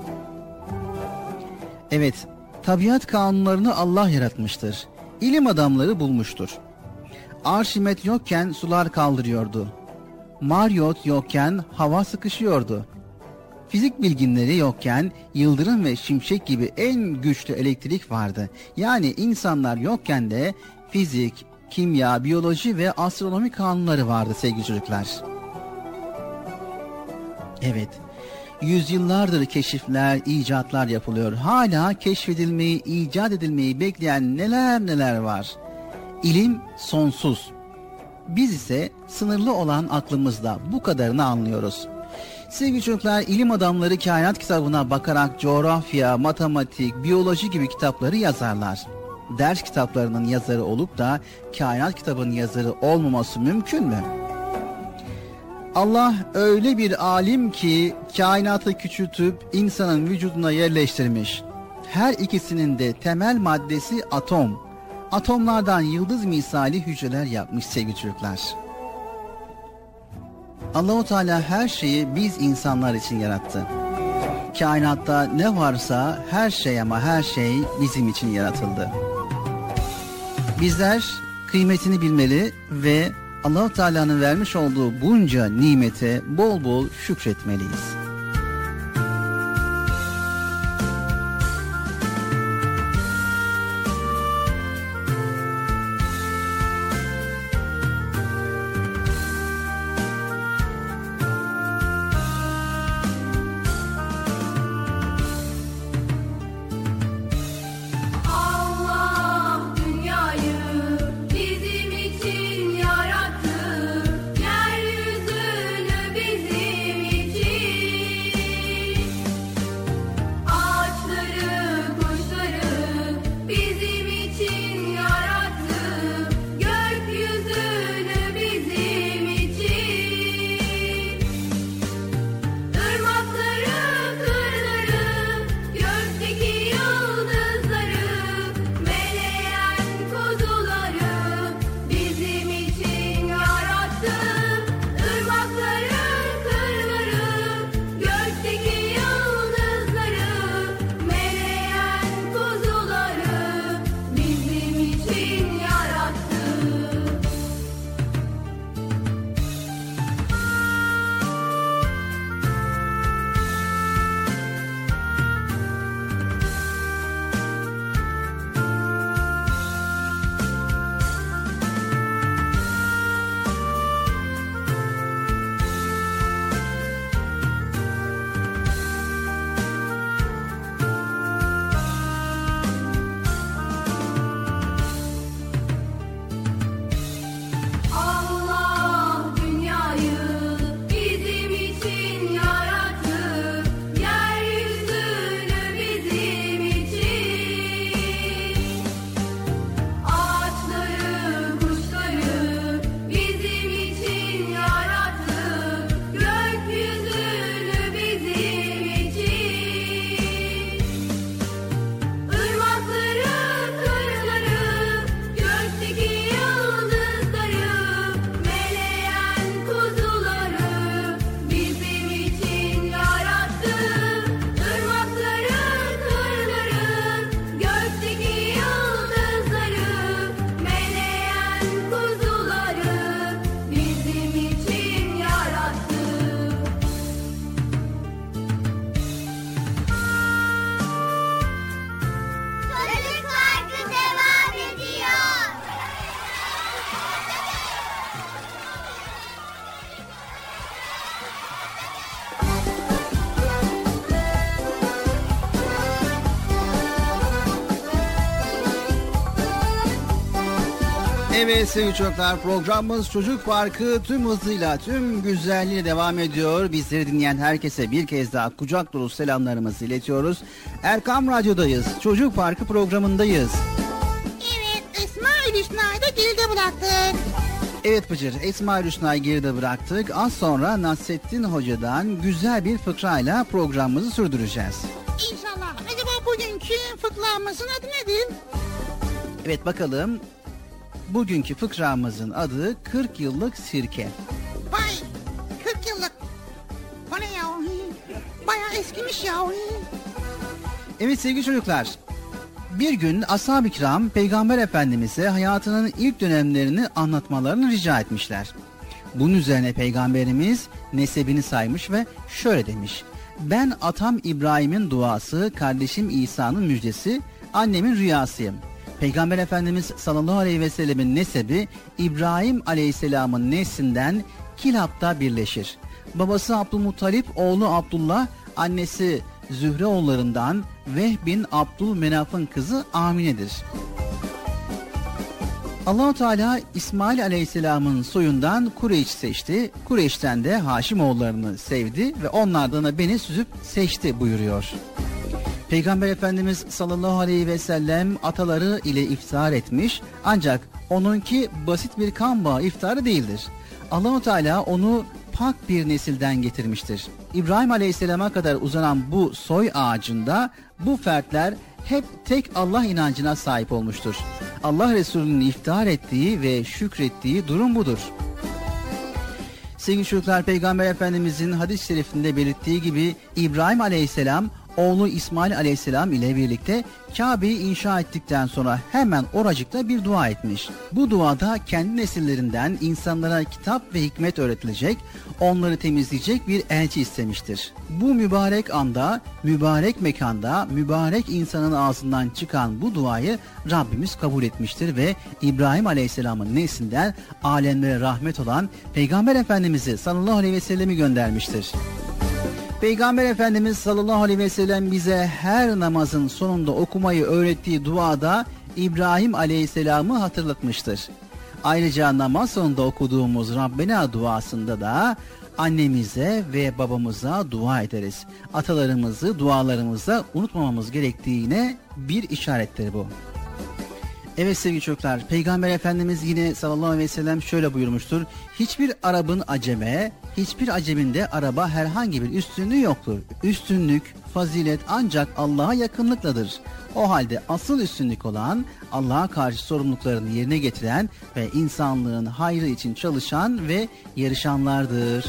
Evet, tabiat kanunlarını Allah yaratmıştır. İlim adamları bulmuştur. Arşimet yokken sular kaldırıyordu. Maryot yokken hava sıkışıyordu. Fizik bilginleri yokken yıldırım ve şimşek gibi en güçlü elektrik vardı. Yani insanlar yokken de fizik, kimya, biyoloji ve astronomi kanunları vardı sevgili çocuklar. Evet, yüzyıllardır keşifler, icatlar yapılıyor. Hala keşfedilmeyi, icat edilmeyi bekleyen neler var. İlim sonsuz. Biz ise sınırlı olan aklımızla bu kadarını anlıyoruz. Sevgili çocuklar, ilim adamları kainat kitabına bakarak coğrafya, matematik, biyoloji gibi kitapları yazarlar. Ders kitaplarının yazarı olup da kainat kitabının yazarı olmaması mümkün mü? Allah öyle bir alim ki kainatı küçültüp insanın vücuduna yerleştirmiş. Her ikisinin de temel maddesi atom. Atomlardan yıldız misali hücreler yapmış sevgili çocuklar. Allah-u Teala her şeyi biz insanlar için yarattı. Kainatta ne varsa her şey ama her şey bizim için yaratıldı. Bizler kıymetini bilmeli ve Allah-u Teala'nın vermiş olduğu bunca nimete bol bol şükretmeliyiz. Evet sevgili çocuklar, programımız Çocuk Parkı tüm hızıyla, tüm güzelliğiyle devam ediyor. Bizleri dinleyen herkese bir kez daha kucak dolu selamlarımızı iletiyoruz. Erkam Radyo'dayız. Çocuk Parkı programındayız. Evet, Esmaül bıraktık. Evet Bıcır, Esma-i Hüsna'yı geride bıraktık. Az sonra Nasrettin Hoca'dan güzel bir fıkrayla programımızı sürdüreceğiz. İnşallah. Acaba bugünkü fıkramızın adı nedir? Evet bakalım. Bugünkü fıkramızın adı 40 yıllık sirke. Vay 40 yıllık. O ne ya? Bayağı eskimiş ya. Evet sevgili çocuklar. Bir gün ashab-ı kiram Peygamber Efendimiz'e hayatının ilk dönemlerini anlatmalarını rica etmişler. Bunun üzerine Peygamberimiz nesebini saymış ve şöyle demiş. Ben atam İbrahim'in duası, kardeşim İsa'nın müjdesi, annemin rüyasıyım. Peygamber Efendimiz sallallahu aleyhi ve sellemin nesebi İbrahim aleyhisselamın neslinden Kilab'da birleşir. Babası Abdülmuttalip, oğlu Abdullah, annesi Zühre oğullarından Vehb bin Abdülmenaf'ın kızı Amine'dir. Allah-u Teala İsmail Aleyhisselam'ın soyundan Kureyş seçti. Kureyş'ten de Haşimoğullarını sevdi ve onlardan da beni süzüp seçti buyuruyor. Peygamber Efendimiz sallallahu aleyhi ve sellem ataları ile iftihar etmiş ancak onunki basit bir kan bağı iftiharı değildir. Allah-u Teala onu pak bir nesilden getirmiştir. İbrahim Aleyhisselam'a kadar uzanan bu soy ağacında bu fertler hep tek Allah inancına sahip olmuştur. Allah Resulü'nün iftihar ettiği ve şükrettiği durum budur. Sevgili çocuklar, Peygamber Efendimizin hadis-i şerifinde belirttiği gibi İbrahim Aleyhisselam oğlu İsmail Aleyhisselam ile birlikte Kabe'yi inşa ettikten sonra hemen oracıkta bir dua etmiş. Bu duada kendi nesillerinden insanlara kitap ve hikmet öğretilecek, onları temizleyecek bir elçi istemiştir. Bu mübarek anda, mübarek mekanda, mübarek insanın ağzından çıkan bu duayı Rabbimiz kabul etmiştir ve İbrahim Aleyhisselam'ın neslinden alemlere rahmet olan Peygamber Efendimiz'i sallallahu aleyhi ve sellemi göndermiştir. Peygamber Efendimiz sallallahu aleyhi ve sellem bize her namazın sonunda okumayı öğrettiği duada İbrahim Aleyhisselam'ı hatırlatmıştır. Ayrıca namaz sonunda okuduğumuz Rabbena duasında da annemize ve babamıza dua ederiz. Atalarımızı dualarımızda unutmamamız gerektiğine bir işarettir bu. Evet sevgili çocuklar, Peygamber Efendimiz yine sallallahu aleyhi ve sellem şöyle buyurmuştur. Hiçbir Arap'ın aceme, hiçbir acemin de Arap'a herhangi bir üstünlüğü yoktur. Üstünlük, fazilet ancak Allah'a yakınlıkladır. O halde asıl üstünlük olan Allah'a karşı sorumluluklarını yerine getiren ve insanlığın hayrı için çalışan ve yarışanlardır.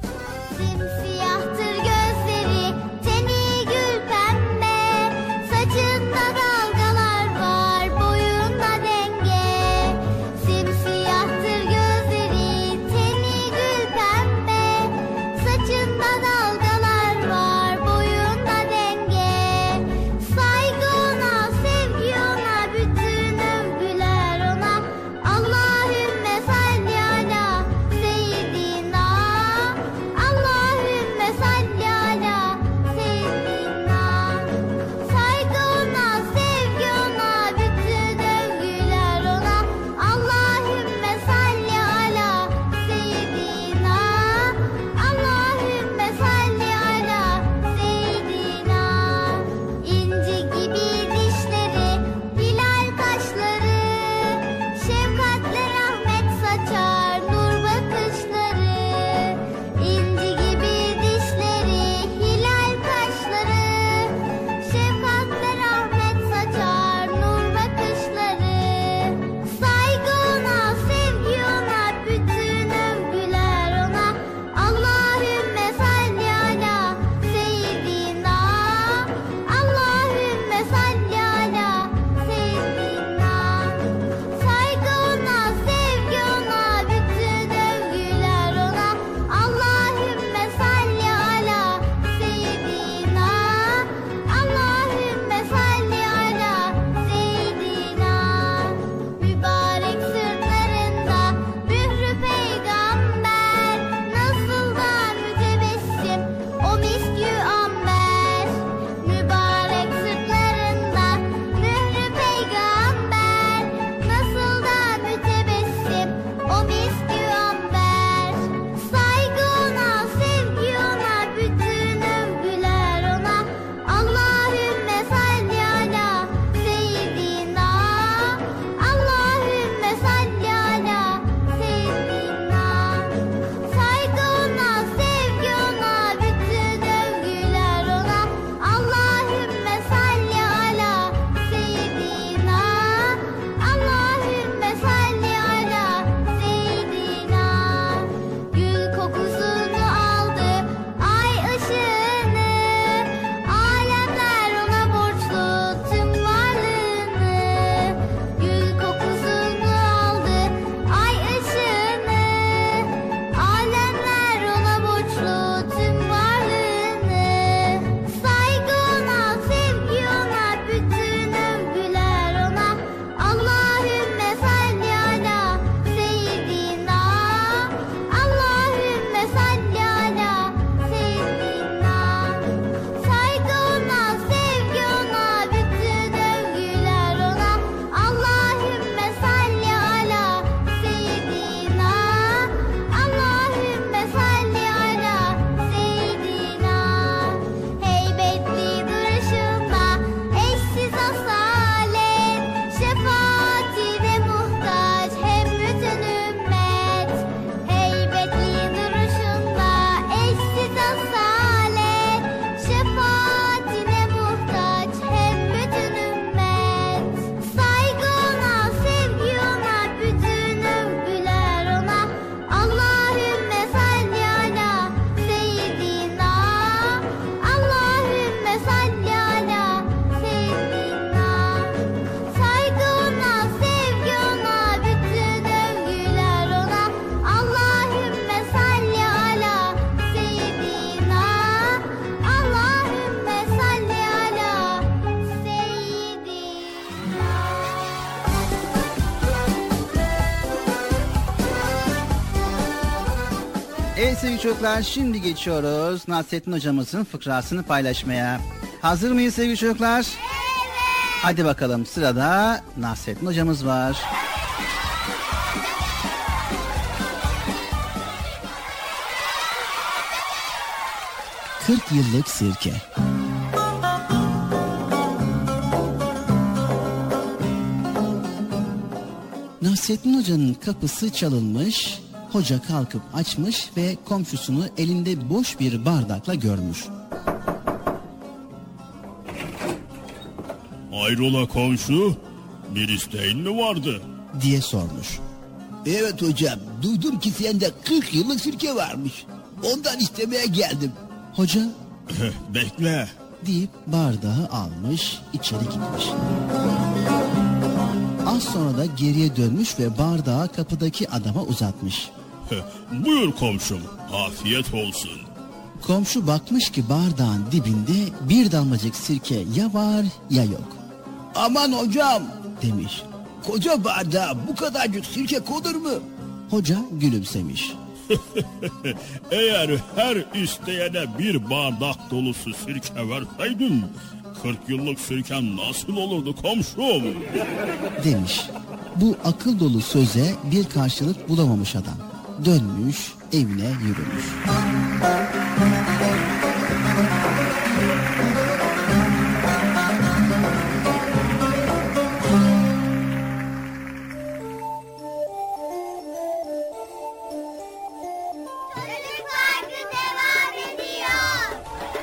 Simsiyahtır gözleri, teni gül pembe, saçında dalgalar var, boyunda denge. Simsiyahtır gözleri, teni gül pembe, saçında dalgalar var, boyunda denge. Saygı ona, sevgi ona, bütün övgüler ona. Allahümme salli ala seyyidina, Allahümme sevgili çocuklar, şimdi geçiyoruz Nasrettin hocamızın fıkrasını paylaşmaya. Hazır mıyız sevgili çocuklar? Evet. Hadi bakalım, sırada Nasrettin hocamız var. ...40 yıllık sirke. Nasrettin Hoca'nın kapısı çalınmış, hoca kalkıp açmış ve komşusunu elinde boş bir bardakla görmüş. Hayrola komşu, bir isteğin mi vardı? Diye sormuş. Evet hocam, duydum ki sende 40 yıllık sirke varmış. Ondan istemeye geldim. Hoca Bekle. deyip bardağı almış, içeri gitmiş. Az sonra da geriye dönmüş ve bardağı kapıdaki adama uzatmış. Buyur komşum, afiyet olsun. Komşu bakmış ki bardağın dibinde bir damlacık sirke ya var ya yok. Aman hocam, Demiş. koca bardağa bu kadarcık sirke konur mu? Hoca gülümsemiş. Eğer her isteyene bir bardak dolusu sirke verseydin, 40 yıllık sirken nasıl olurdu komşum? Demiş. Bu akıl dolu söze bir karşılık bulamamış adam. Dönmüş, evine yürümüş. Çocuk Parkı devam ediyor.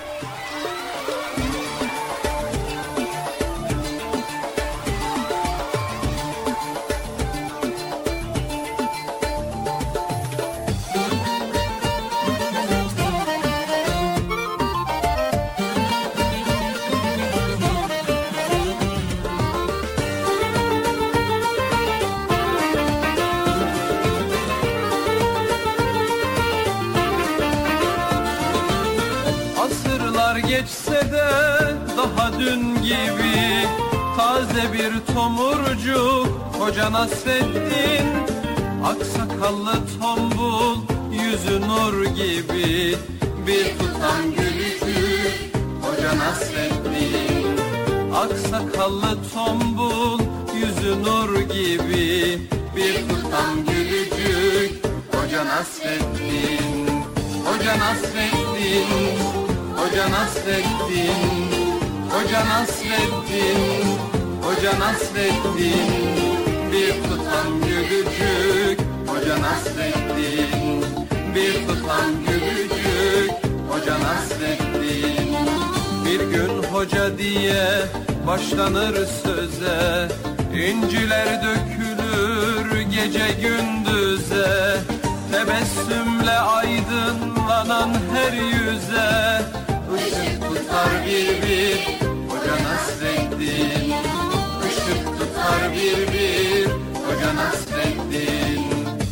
Asırlar geçse de daha dün gibi taze bir tomurcuk Hoca Nasreddin. Aksakallı tombul yüzü nur gibi bir tutam gülücük Hoca Nasreddin. Aksakallı tombul yüzü nur gibi bir tutam gülücük Hoca Nasreddin. Hoca Nasreddin, Hoca Nasreddin, Hoca Nasreddin, Hoca Nasreddin, bir tutam gülücük Hoca Nasreddin, bir tutam gülücük Hoca Nasreddin. Bir gün hoca diye başlanır söze, inciler dökülür gece gündüze. Tebessümle aydınlanan her yüze ışık tutar bir Hoca Nasreddin. Işık tutar bir Hoca Nasreddin.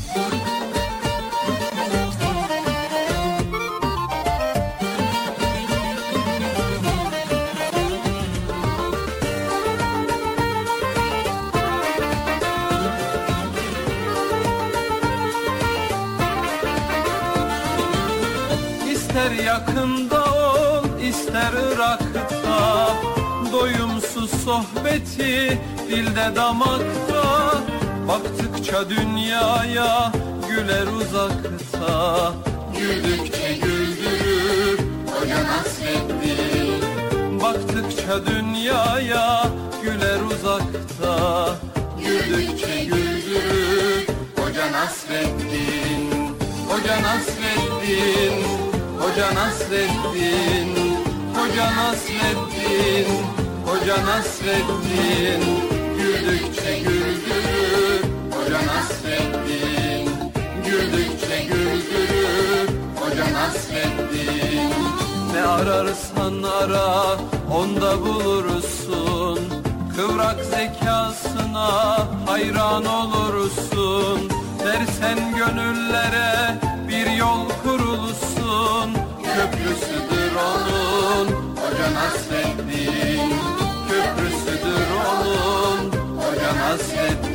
İster yakında ol, ister Irak'ta, doyumsuz sohbeti dilde damakta. Baktıkça dünyaya güler uzakta, güldükçe güldürür Hoca Nasreddin. Baktıkça dünyaya güler uzakta, güldükçe güldürür Hoca Nasreddin. Hoca Nasreddin, Hoca Nasreddin, Hoca Nasreddin, Hoca Nasreddin, güldükçe güldürür Hoca Nasreddin, güldükçe güldürür Hoca Nasreddin. Ne ararsan ara onda bulursun, kıvrak zekasına hayran olursun. Dersen gönüllere bir yol kurulsun, köprüsüdür onun Hoca Nasreddin. Köprüsüdür onun Hoca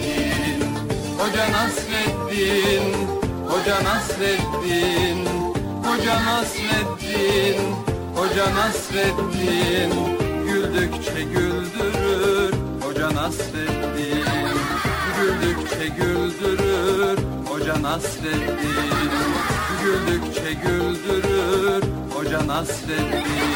Nasreddin. Hoca Nasreddin, Hoca Nasreddin, Hoca Nasreddin, Hoca Nasreddin, güldükçe güldürür Hoca Nasreddin, güldükçe güldürür Hoca Nasreddin, güldükçe güldürür Hoca Nasreddin.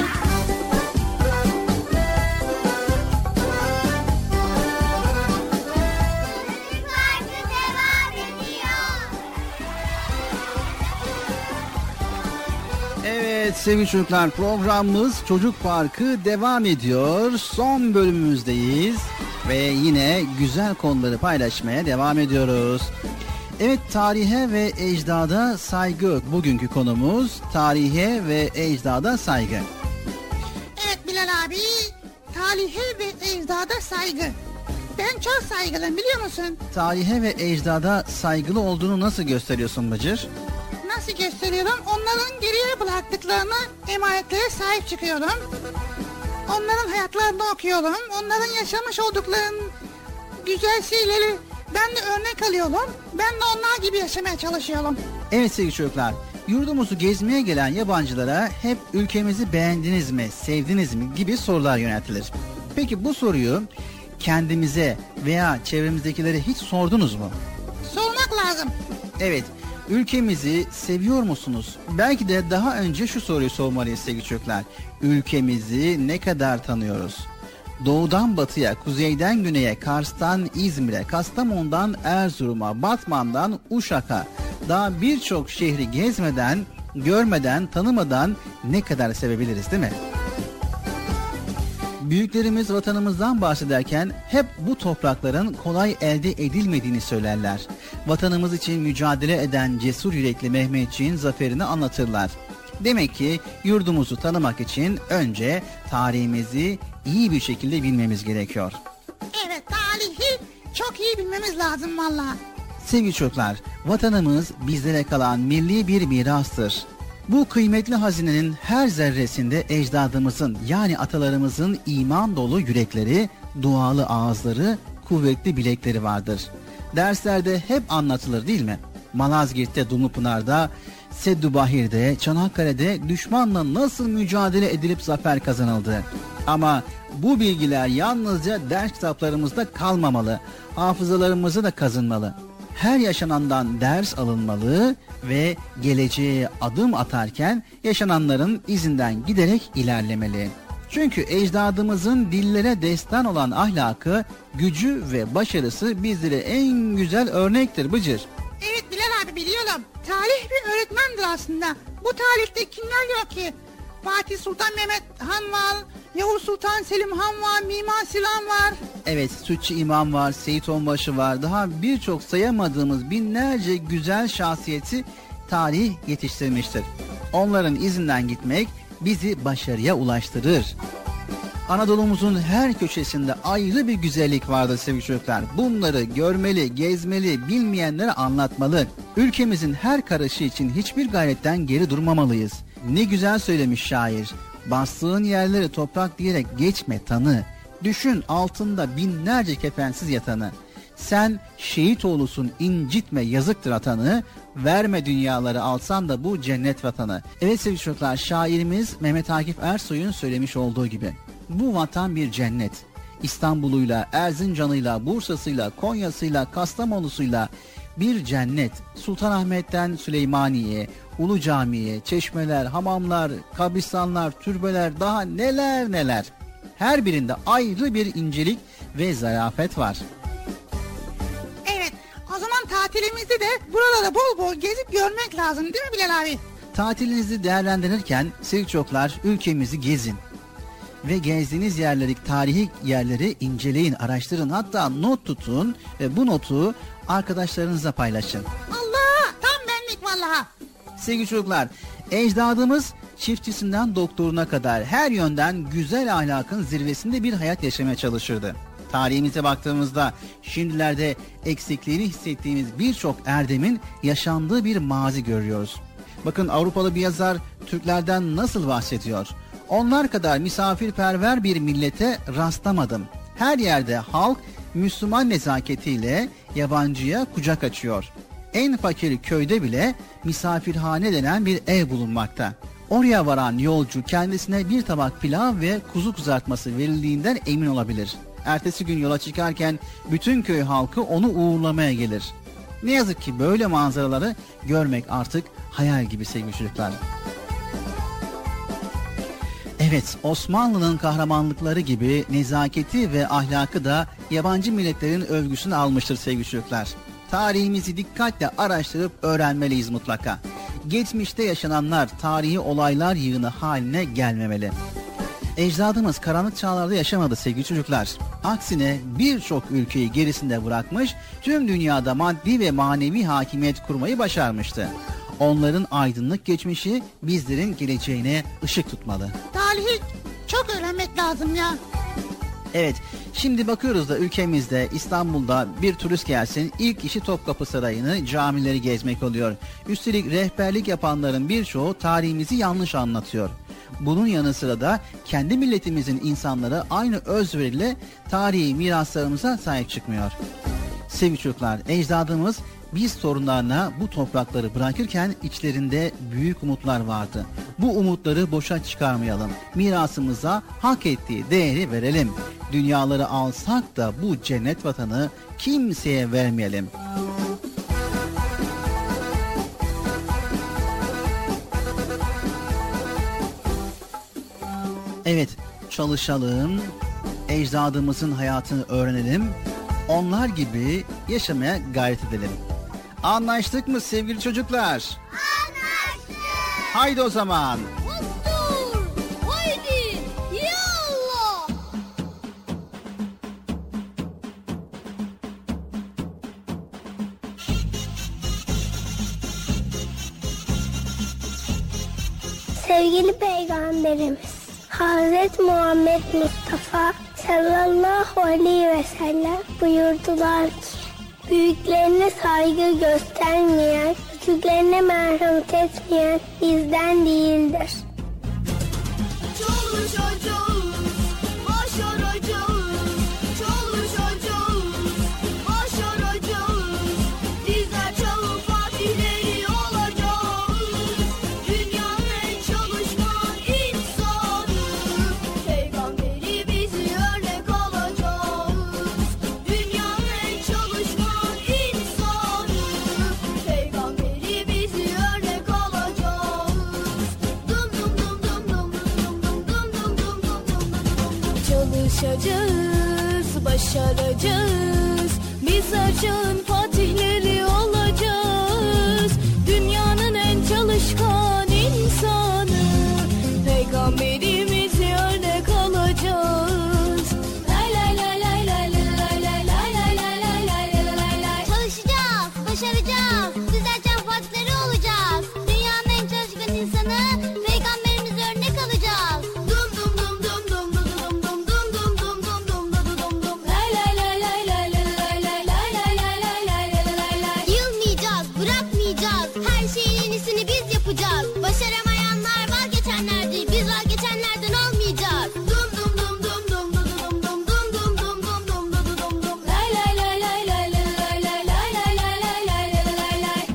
Evet sevgili çocuklar, programımız Çocuk Parkı devam ediyor. Son bölümümüzdeyiz ve yine güzel konuları paylaşmaya devam ediyoruz. Evet, tarihe ve ecdada saygı bugünkü konumuz. Tarihe ve ecdada saygı. Evet Bilal abi, tarihe ve ecdada saygı. Ben çok saygılıyım, biliyor musun? Tarihe ve ecdada saygılı olduğunu nasıl gösteriyorsun Bıcır? Nasıl gösteriyorum? Onların geriye bıraktıklarına, emanetlere sahip çıkıyorum. Onların hayatlarını okuyorum. Onların yaşamış olduklarının güzel şeyleri ben de örnek alıyorum. Ben de onlar gibi yaşamaya çalışıyorum. Evet sevgili çocuklar, yurdumuzu gezmeye gelen yabancılara hep ülkemizi beğendiniz mi, sevdiniz mi gibi sorular yöneltilir. Peki bu soruyu kendimize veya çevremizdekilere hiç sordunuz mu? Sormak lazım. Evet, ülkemizi seviyor musunuz? Belki de daha önce şu soruyu sormalıyız sevgili çocuklar. Ülkemizi ne kadar tanıyoruz? Doğudan batıya, kuzeyden güneye, Kars'tan İzmir'e, Kastamonu'dan Erzurum'a, Batman'dan Uşak'a, daha birçok şehri gezmeden, görmeden, tanımadan ne kadar sevebiliriz, değil mi? Büyüklerimiz vatanımızdan bahsederken hep bu toprakların kolay elde edilmediğini söylerler. Vatanımız için mücadele eden cesur yürekli Mehmetçiğin zaferini anlatırlar. Demek ki yurdumuzu tanımak için önce tarihimizi iyi bir şekilde bilmemiz gerekiyor. Evet, tarihi çok iyi bilmemiz lazım valla. Sevgili çocuklar, vatanımız bizlere kalan milli bir mirastır. Bu kıymetli hazinenin her zerresinde ecdadımızın, yani atalarımızın iman dolu yürekleri, dualı ağızları, kuvvetli bilekleri vardır. Derslerde hep anlatılır değil mi? Malazgirt'te, Dumlupınar'da, Seddubahir'de, Çanakkale'de düşmanla nasıl mücadele edilip zafer kazanıldı. Ama bu bilgiler yalnızca ders kitaplarımızda kalmamalı, hafızalarımızı da kazınmalı. Her yaşanandan ders alınmalı ve geleceğe adım atarken yaşananların izinden giderek ilerlemeli. Çünkü ecdadımızın dillere destan olan ahlakı, gücü ve başarısı bizlere en güzel örnektir Bıcır. Evet Bilal abi, biliyorum. Tarih bir öğretmendir aslında. Bu tarihte kimler yok ki? Fatih Sultan Mehmet Han var, Yavuz Sultan Selim Han var, Mimar Sinan var. Evet, Sütçü İmam var, Seyit Onbaşı var. Daha birçok sayamadığımız binlerce güzel şahsiyeti tarih yetiştirmiştir. Onların izinden gitmek bizi başarıya ulaştırır. Anadolu'muzun her köşesinde ayrı bir güzellik vardır sevgili çocuklar. Bunları görmeli, gezmeli, bilmeyenlere anlatmalı. Ülkemizin her karışı için hiçbir gayretten geri durmamalıyız. Ne güzel söylemiş şair. Bastığın yerleri toprak diyerek geçme tanı. Düşün altında binlerce kefensiz yatanı. Sen şehit oğlusun, incitme yazıktır atanı. Verme dünyaları, alsan da bu cennet vatanı. Evet sevgili çocuklar, şairimiz Mehmet Akif Ersoy'un söylemiş olduğu gibi. Bu vatan bir cennet. İstanbul'uyla, Erzincan'ıyla, Bursa'sıyla, Konya'sıyla, Kastamonu'suyla bir cennet. Sultanahmet'ten Süleymaniye'ye, Ulu Cami'ye, çeşmeler, hamamlar, kabristanlar, türbeler, daha neler neler. Her birinde ayrı bir incelik ve zarafet var. Evet, o zaman tatilimizde de buralara bol bol gezip görmek lazım değil mi Bilal abi? Tatilinizi değerlendirirken sevgili çocuklar, ülkemizi gezin. Ve gezdiğiniz yerleri, tarihi yerleri inceleyin, araştırın. Hatta not tutun ve bu notu arkadaşlarınızla paylaşın. Allah, tam benlik vallahi. Sevgili çocuklar, ecdadımız çiftçisinden doktoruna kadar her yönden güzel ahlakın zirvesinde bir hayat yaşamaya çalışırdı. Tarihimize baktığımızda şimdilerde eksikliğini hissettiğimiz birçok erdemin yaşandığı bir mazi görüyoruz. Bakın, Avrupalı bir yazar Türklerden nasıl bahsediyor? Onlar kadar misafirperver bir millete rastlamadım. Her yerde halk Müslüman nezaketiyle yabancıya kucak açıyor. En fakir köyde bile misafirhane denen bir ev bulunmakta. Oraya varan yolcu kendisine bir tabak pilav ve kuzu kızartması verildiğinden emin olabilir. Ertesi gün yola çıkarken bütün köy halkı onu uğurlamaya gelir. Ne yazık ki böyle manzaraları görmek artık hayal gibi sevgili çocuklar. Evet, Osmanlı'nın kahramanlıkları gibi nezaketi ve ahlakı da yabancı milletlerin övgüsünü almıştır sevgili çocuklar. Tarihimizi dikkatle araştırıp öğrenmeliyiz mutlaka. Geçmişte yaşananlar tarihi olaylar yığını haline gelmemeli. Ecdadımız karanlık çağlarda yaşamadı sevgili çocuklar. Aksine birçok ülkeyi gerisinde bırakmış, tüm dünyada maddi ve manevi hakimiyet kurmayı başarmıştı. Onların aydınlık geçmişi bizlerin geleceğine ışık tutmalı. Tarihi çok öğrenmek lazım ya. Evet, şimdi bakıyoruz da ülkemizde İstanbul'da bir turist gelsin, ilk işi Topkapı Sarayı'nı, camileri gezmek oluyor. Üstelik rehberlik yapanların birçoğu tarihimizi yanlış anlatıyor. Bunun yanı sıra da kendi milletimizin insanları aynı özveriyle tarihi miraslarımıza sahip çıkmıyor. Sevgili çocuklar, ecdadımız biz torunlarına bu toprakları bırakırken içlerinde büyük umutlar vardı. Bu umutları boşa çıkarmayalım. Mirasımıza hak ettiği değeri verelim. Dünyaları alsak da bu cennet vatanı kimseye vermeyelim. Evet, çalışalım, ecdadımızın hayatını öğrenelim, onlar gibi yaşamaya gayret edelim. Anlaştık mı sevgili çocuklar? Anlaştık. Haydi o zaman. Mutlu. Haydi. Yallah. Sevgili Peygamberimiz Hazreti Muhammed Mustafa sallallahu aleyhi ve sellem buyurdular ki büyüklerine saygı göstermeyen, küçüklerine merhamet etmeyen bizden değildir. Çalışacağız, başaracağız. Çalışacağız, başaracağız. Bizler çağın fatihleri olacağız. Dünyanın en çalışkan insanı. Peygamberi bizi örnek alacağız. Dünyanın en çalışkan insanı. Peygamberi bizi örnek alacağız. Dum dum dum dum dum dum dum dum dum dum dum dum. Çalışacağız, başaracağız. Bizler çağın fatihleri olacağız. Dünyanın en çalışkan insanı. Peygamberimizi örnek alacağız. Lay lay lay lay lay lay lay lay lay lay lay lay lay lay. Çalışacağız, başaracağız. Bizler can fatihleri olacağız. Dünyanın en çalışkan insanı, Peygamberimize örnek alacağız. Dum dum dum dum dum dum dum dum dum dum dum dum dum dum dum. Lay lay lay lay lay lay lay lay lay lay lay lay lay lay lay. Yılmayacağız, bırakmayacağız. Her şeyin en iyisini biz yapacağız. Başaramayanlar vazgeçenlerdir. Biz vazgeçenlerden olmayacağız. Dum dum dum dum dum dum dum dum dum dum dum dum dum dum dum. Lay lay lay lay lay lay lay lay lay lay lay lay lay lay lay.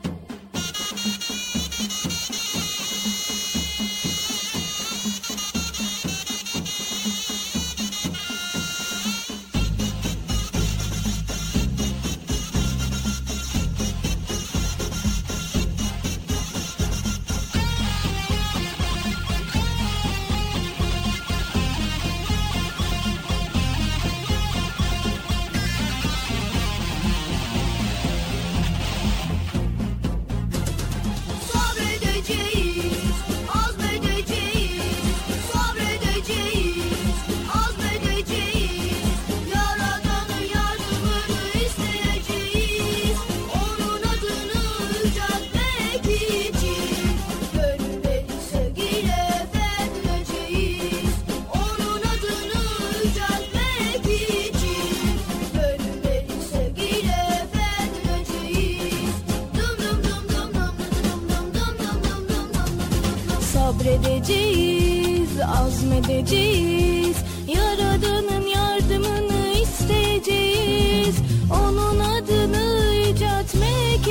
Sabredeceğiz, azmedeceğiz. Sabredeceğiz, azmedeceğiz. Yaradan'ın yardımını isteyeceğiz. Onun adını yüceltmek için gönülleri sevgiyle fethedeceğiz. Onun adını yüceltmek için gönülleri sevgiyle fethedeceğiz. Dum dum dum dum dum dum dum dum dum dum dum dum. Sabredeceğiz, azmedeceğiz. Yaradan'ın yardımını isteyeceğiz. Onun adını yüceltmek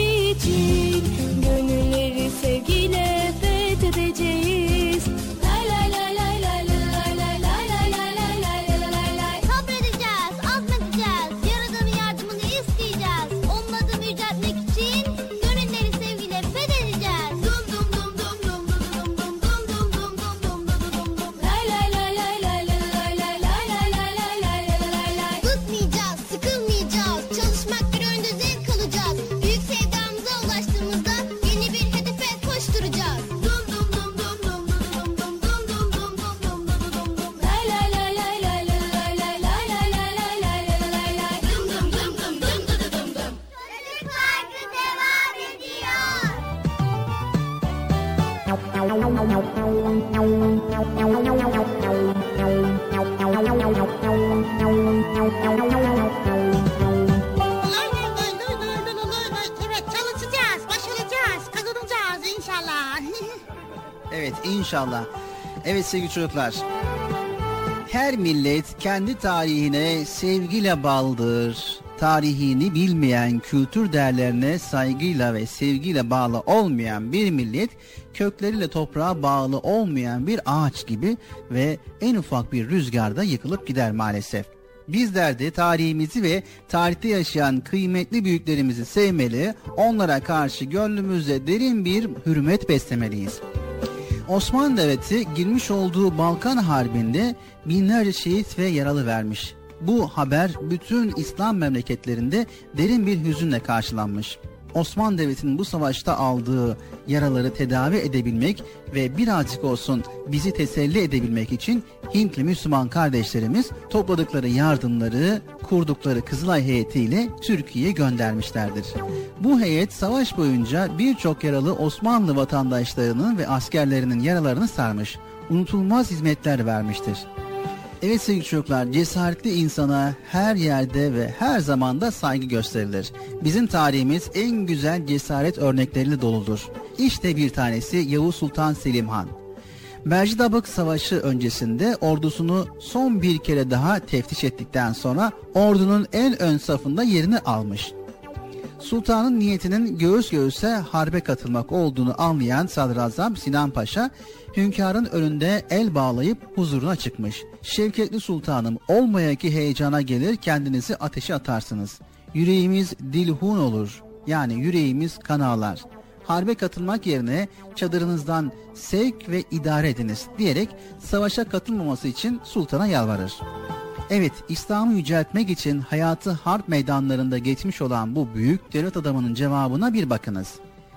için gönülleri sevgiyle fethedeceğiz. Lay lay lay lay lay lay lay lay lay lay lay lay lay lay. Sabredeceğiz, azledeceğiz, Yaradan'ın yardımını isteyeceğiz. Onun adını yüceltmek için gönülleri sevgiyle fethedeceğiz. Dum dum dum dum dum dum dum dum dum dum dum dum dum dum dum. Lay lay lay lay lay lay lay lay lay lay lay lay lay lay lay. Bıkmayacağız, sıkılmayacağız, çalışmak bir önde zevk alacağız. Büyük sevdamıza ulaştığımızda yeni bir hedefe koşturacağız. Dum dum dum dum dum dum dum dum dum dum dum dum dum dum dum. Lay lay lay lay lay lay lay lay lay lay lay lay lay lay lay. Dum dum dum dum dum dum dum dum. Çocuk Parkı devam ediyor. Evet, çalışacağız, başaracağız, kazanacağız inşallah. Evet, inşallah. Evet sevgili çocuklar. Her millet kendi tarihine sevgiyle bağlıdır. Tarihini bilmeyen, kültür değerlerine saygıyla ve sevgiyle bağlı olmayan bir millet, kökleriyle toprağa bağlı olmayan bir ağaç gibi ve en ufak bir rüzgarda yıkılıp gider maalesef. Bizler de tarihimizi ve tarihte yaşayan kıymetli büyüklerimizi sevmeli, onlara karşı gönlümüzde derin bir hürmet beslemeliyiz. Osmanlı Devleti girmiş olduğu Balkan Harbi'nde binlerce şehit ve yaralı vermiş. Bu haber bütün İslam memleketlerinde derin bir hüzünle karşılanmış. Osmanlı Devleti'nin bu savaşta aldığı yaraları tedavi edebilmek ve birazcık olsun bizi teselli edebilmek için Hintli Müslüman kardeşlerimiz topladıkları yardımları kurdukları Kızılay heyetiyle Türkiye'ye göndermişlerdir. Bu heyet savaş boyunca birçok yaralı Osmanlı vatandaşlarının ve askerlerinin yaralarını sarmış, unutulmaz hizmetler vermiştir. Evet sevgili çocuklar, cesaretli insana her yerde ve her zamanda saygı gösterilir. Bizim tarihimiz en güzel cesaret örnekleriyle doludur. İşte bir tanesi Yavuz Sultan Selim Han. Mercidabık Savaşı öncesinde ordusunu son bir kere daha teftiş ettikten sonra ordunun en ön safında yerini almış. Sultanın niyetinin göğüs göğüse harbe katılmak olduğunu anlayan Sadrazam Sinan Paşa, hünkârın önünde el bağlayıp huzuruna çıkmış. Şevketli sultanım, olmaya ki heyecana gelir kendinizi ateşe atarsınız. Yüreğimiz dilhun olur, yani yüreğimiz kan ağlar. Harbe katılmak yerine çadırınızdan sevk ve idare ediniz diyerek savaşa katılmaması için sultana yalvarır. Evet, İslam'ı yüceltmek için hayatı harp meydanlarında geçmiş olan bu büyük devlet adamının cevabına bir bakınız.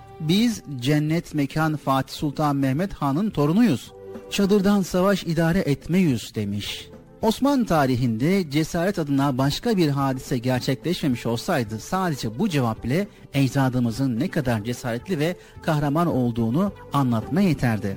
Biz cennet mekan Fatih Sultan Mehmet Han'ın torunuyuz. Çadırdan savaş idare etmeyiz demiş. Osmanlı tarihinde cesaret adına başka bir hadise gerçekleşmemiş olsaydı sadece bu cevap bile ecdadımızın ne kadar cesaretli ve kahraman olduğunu anlatmaya yeterdi.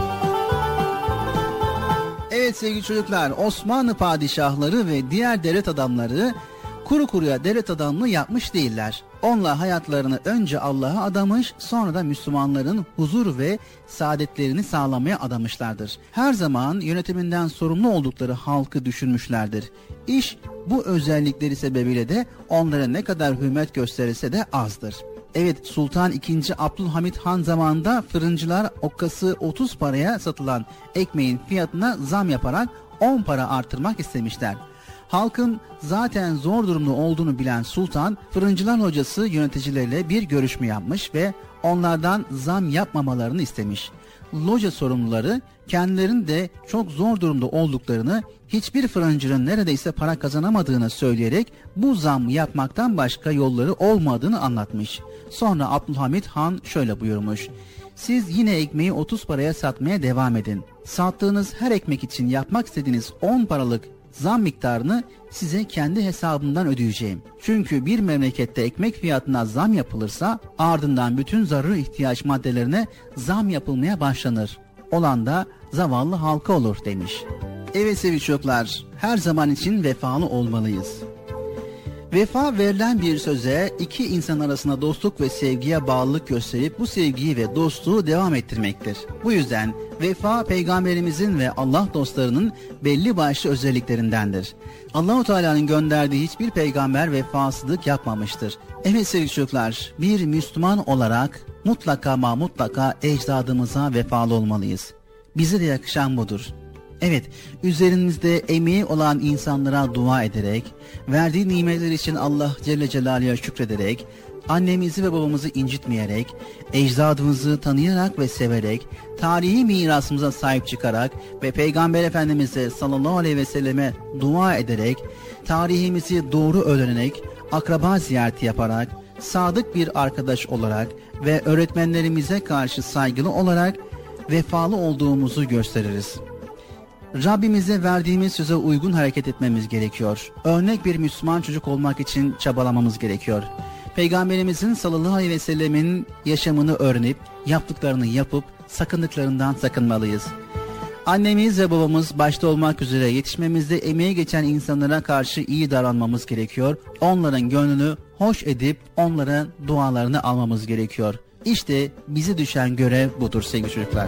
Evet sevgili çocuklar, Osmanlı padişahları ve diğer devlet adamları kuru kuruya devlet adamlığı yapmış değiller. Onlar hayatlarını önce Allah'a adamış, sonra da Müslümanların huzur ve saadetlerini sağlamaya adamışlardır. Her zaman yönetiminden sorumlu oldukları halkı düşünmüşlerdir. İş bu özellikleri sebebiyle de onlara ne kadar hürmet gösterirse de azdır. Evet, Sultan II. Abdülhamit Han zamanında fırıncılar okkası 30 paraya satılan ekmeğin fiyatına zam yaparak 10 para artırmak istemişler. Halkın zaten zor durumda olduğunu bilen sultan, fırıncılar hocası yöneticileriyle bir görüşme yapmış ve onlardan zam yapmamalarını istemiş. Loca sorumluları kendilerinin de çok zor durumda olduklarını, hiçbir fırıncının neredeyse para kazanamadığını söyleyerek bu zammı yapmaktan başka yolları olmadığını anlatmış. Sonra Abdülhamit Han şöyle buyurmuş: siz yine ekmeği 30 paraya satmaya devam edin. Sattığınız her ekmek için yapmak istediğiniz 10 paralık zam miktarını size kendi hesabımdan ödeyeceğim. Çünkü bir memlekette ekmek fiyatına zam yapılırsa ardından bütün zaruri ihtiyaç maddelerine zam yapılmaya başlanır. Olan da zavallı halka olur demiş. Evet sevgili çocuklar, her zaman için vefalı olmalıyız. Vefa verilen bir söze, iki insan arasında dostluk ve sevgiye bağlılık gösterip bu sevgiyi ve dostluğu devam ettirmektir. Bu yüzden vefa peygamberimizin ve Allah dostlarının belli başlı özelliklerindendir. Allah-u Teala'nın gönderdiği hiçbir peygamber vefasızlık yapmamıştır. Evet sevgili çocuklar, bir Müslüman olarak mutlaka ecdadımıza vefalı olmalıyız. Bize de yakışan budur. Evet, üzerimizde emeği olan insanlara dua ederek, verdiği nimetler için Allah Celle Celaluhu'ya şükrederek, annemizi ve babamızı incitmeyerek, ecdadımızı tanıyarak ve severek, tarihi mirasımıza sahip çıkarak ve Peygamber Efendimiz'e sallallahu aleyhi ve selleme dua ederek, tarihimizi doğru öğrenerek, akraba ziyareti yaparak, sadık bir arkadaş olarak ve öğretmenlerimize karşı saygılı olarak vefalı olduğumuzu gösteririz. Rabbimize verdiğimiz söze uygun hareket etmemiz gerekiyor. Örnek bir Müslüman çocuk olmak için çabalamamız gerekiyor. Peygamberimizin sallallahu aleyhi ve sellemin yaşamını öğrenip, yaptıklarını yapıp, sakındıklarından sakınmalıyız. Annemiz ve babamız başta olmak üzere yetişmemizde emeği geçen insanlara karşı iyi davranmamız gerekiyor. Onların gönlünü hoş edip onların dualarını almamız gerekiyor. İşte bize düşen görev budur sevgili çocuklar.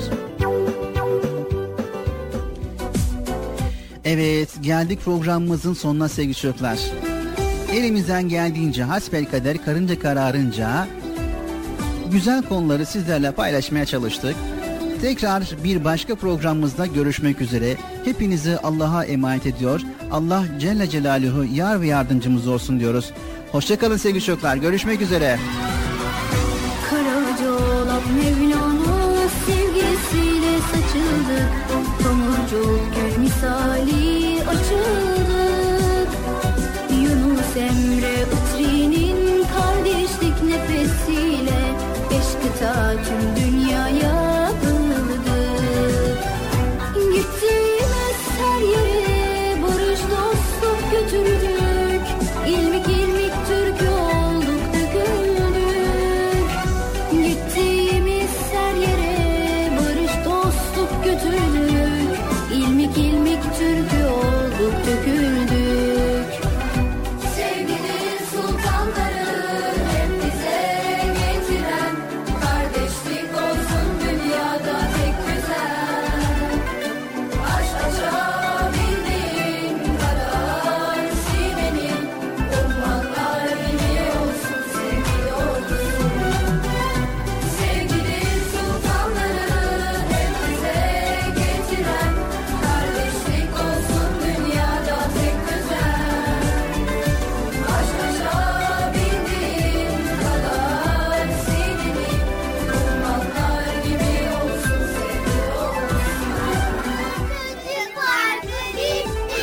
Evet, geldik programımızın sonuna sevgili çocuklar. Elimizden geldiğince hasbelkader karınca kararınca güzel konuları sizlerle paylaşmaya çalıştık. Tekrar bir başka programımızda görüşmek üzere. Hepinizi Allah'a emanet ediyor. Allah Celle Celaluhu yar ve yardımcımız olsun diyoruz. Hoşçakalın sevgili çocuklar. Görüşmek üzere. Karacaoğlan Mevlana sevgisiyle saçıldık. Tomurcuk gül misali açıldık. Yunus Emre Itri'nin kardeşlik nefesiyle beş kıta tüm dünyaya dağıldık. Gittiğimiz her yere barış dostluk götürdük. İlmik ilmik türkü olduk döküldük. Gittiğimiz her yere barış dostluk götürdük. İlmik ilmik türkü olduk döküldük. Sevginin sultanları hep bize getiren kardeşlik olsun dünyada tek güzel. Aşk açabildiğin kadar simenin ummanlar gibi olsun sevgi olsun. Sevginin sultanları hep bize getiren kardeşlik olsun dünyada tek güzel. Aşk açabildiğin kadar simenin ummanlar gibi olsun sevgi olsun. Çocuk parkı bitti.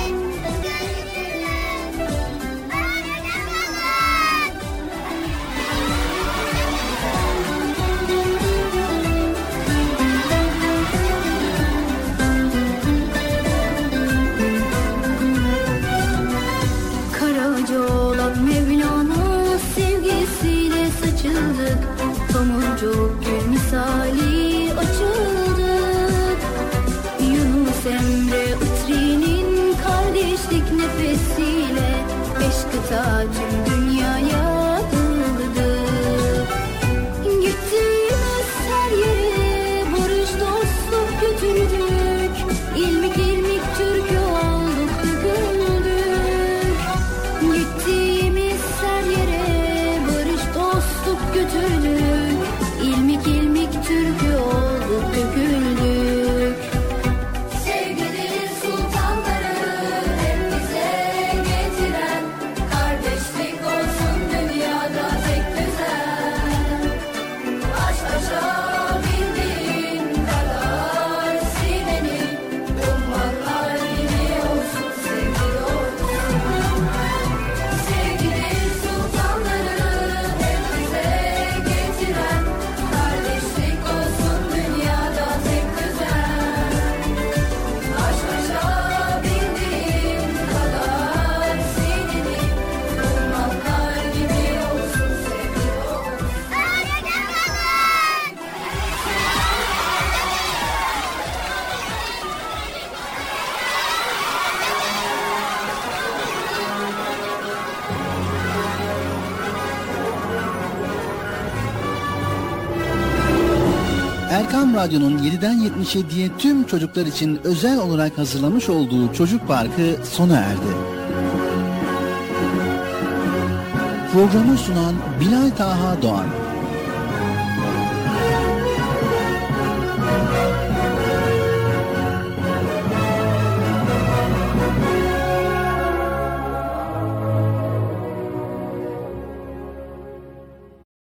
Karacaoğlan Mevlana sevgisiyle saçıldık. Tomurcuk gül misali açıldık. Yunus Emre Itri'nin kardeşlik nefesiyle beş kıta tüm dünyaya dağıldık. Gittiğimiz her yere barış dostluk götürdük. İlmik ilmik türkü olduk döküldük. Gittiğimiz her yere barış dostluk götürdük. İlmik ilmik türkü olduk döküldük. Sevginin sultanları hep bize getiren kardeşlik Erkam Radyo'nun 7'den 77'ye tüm çocuklar için özel olarak hazırlamış olduğu Çocuk Parkı sona erdi. Programı sunan Bilal Taha Doğan.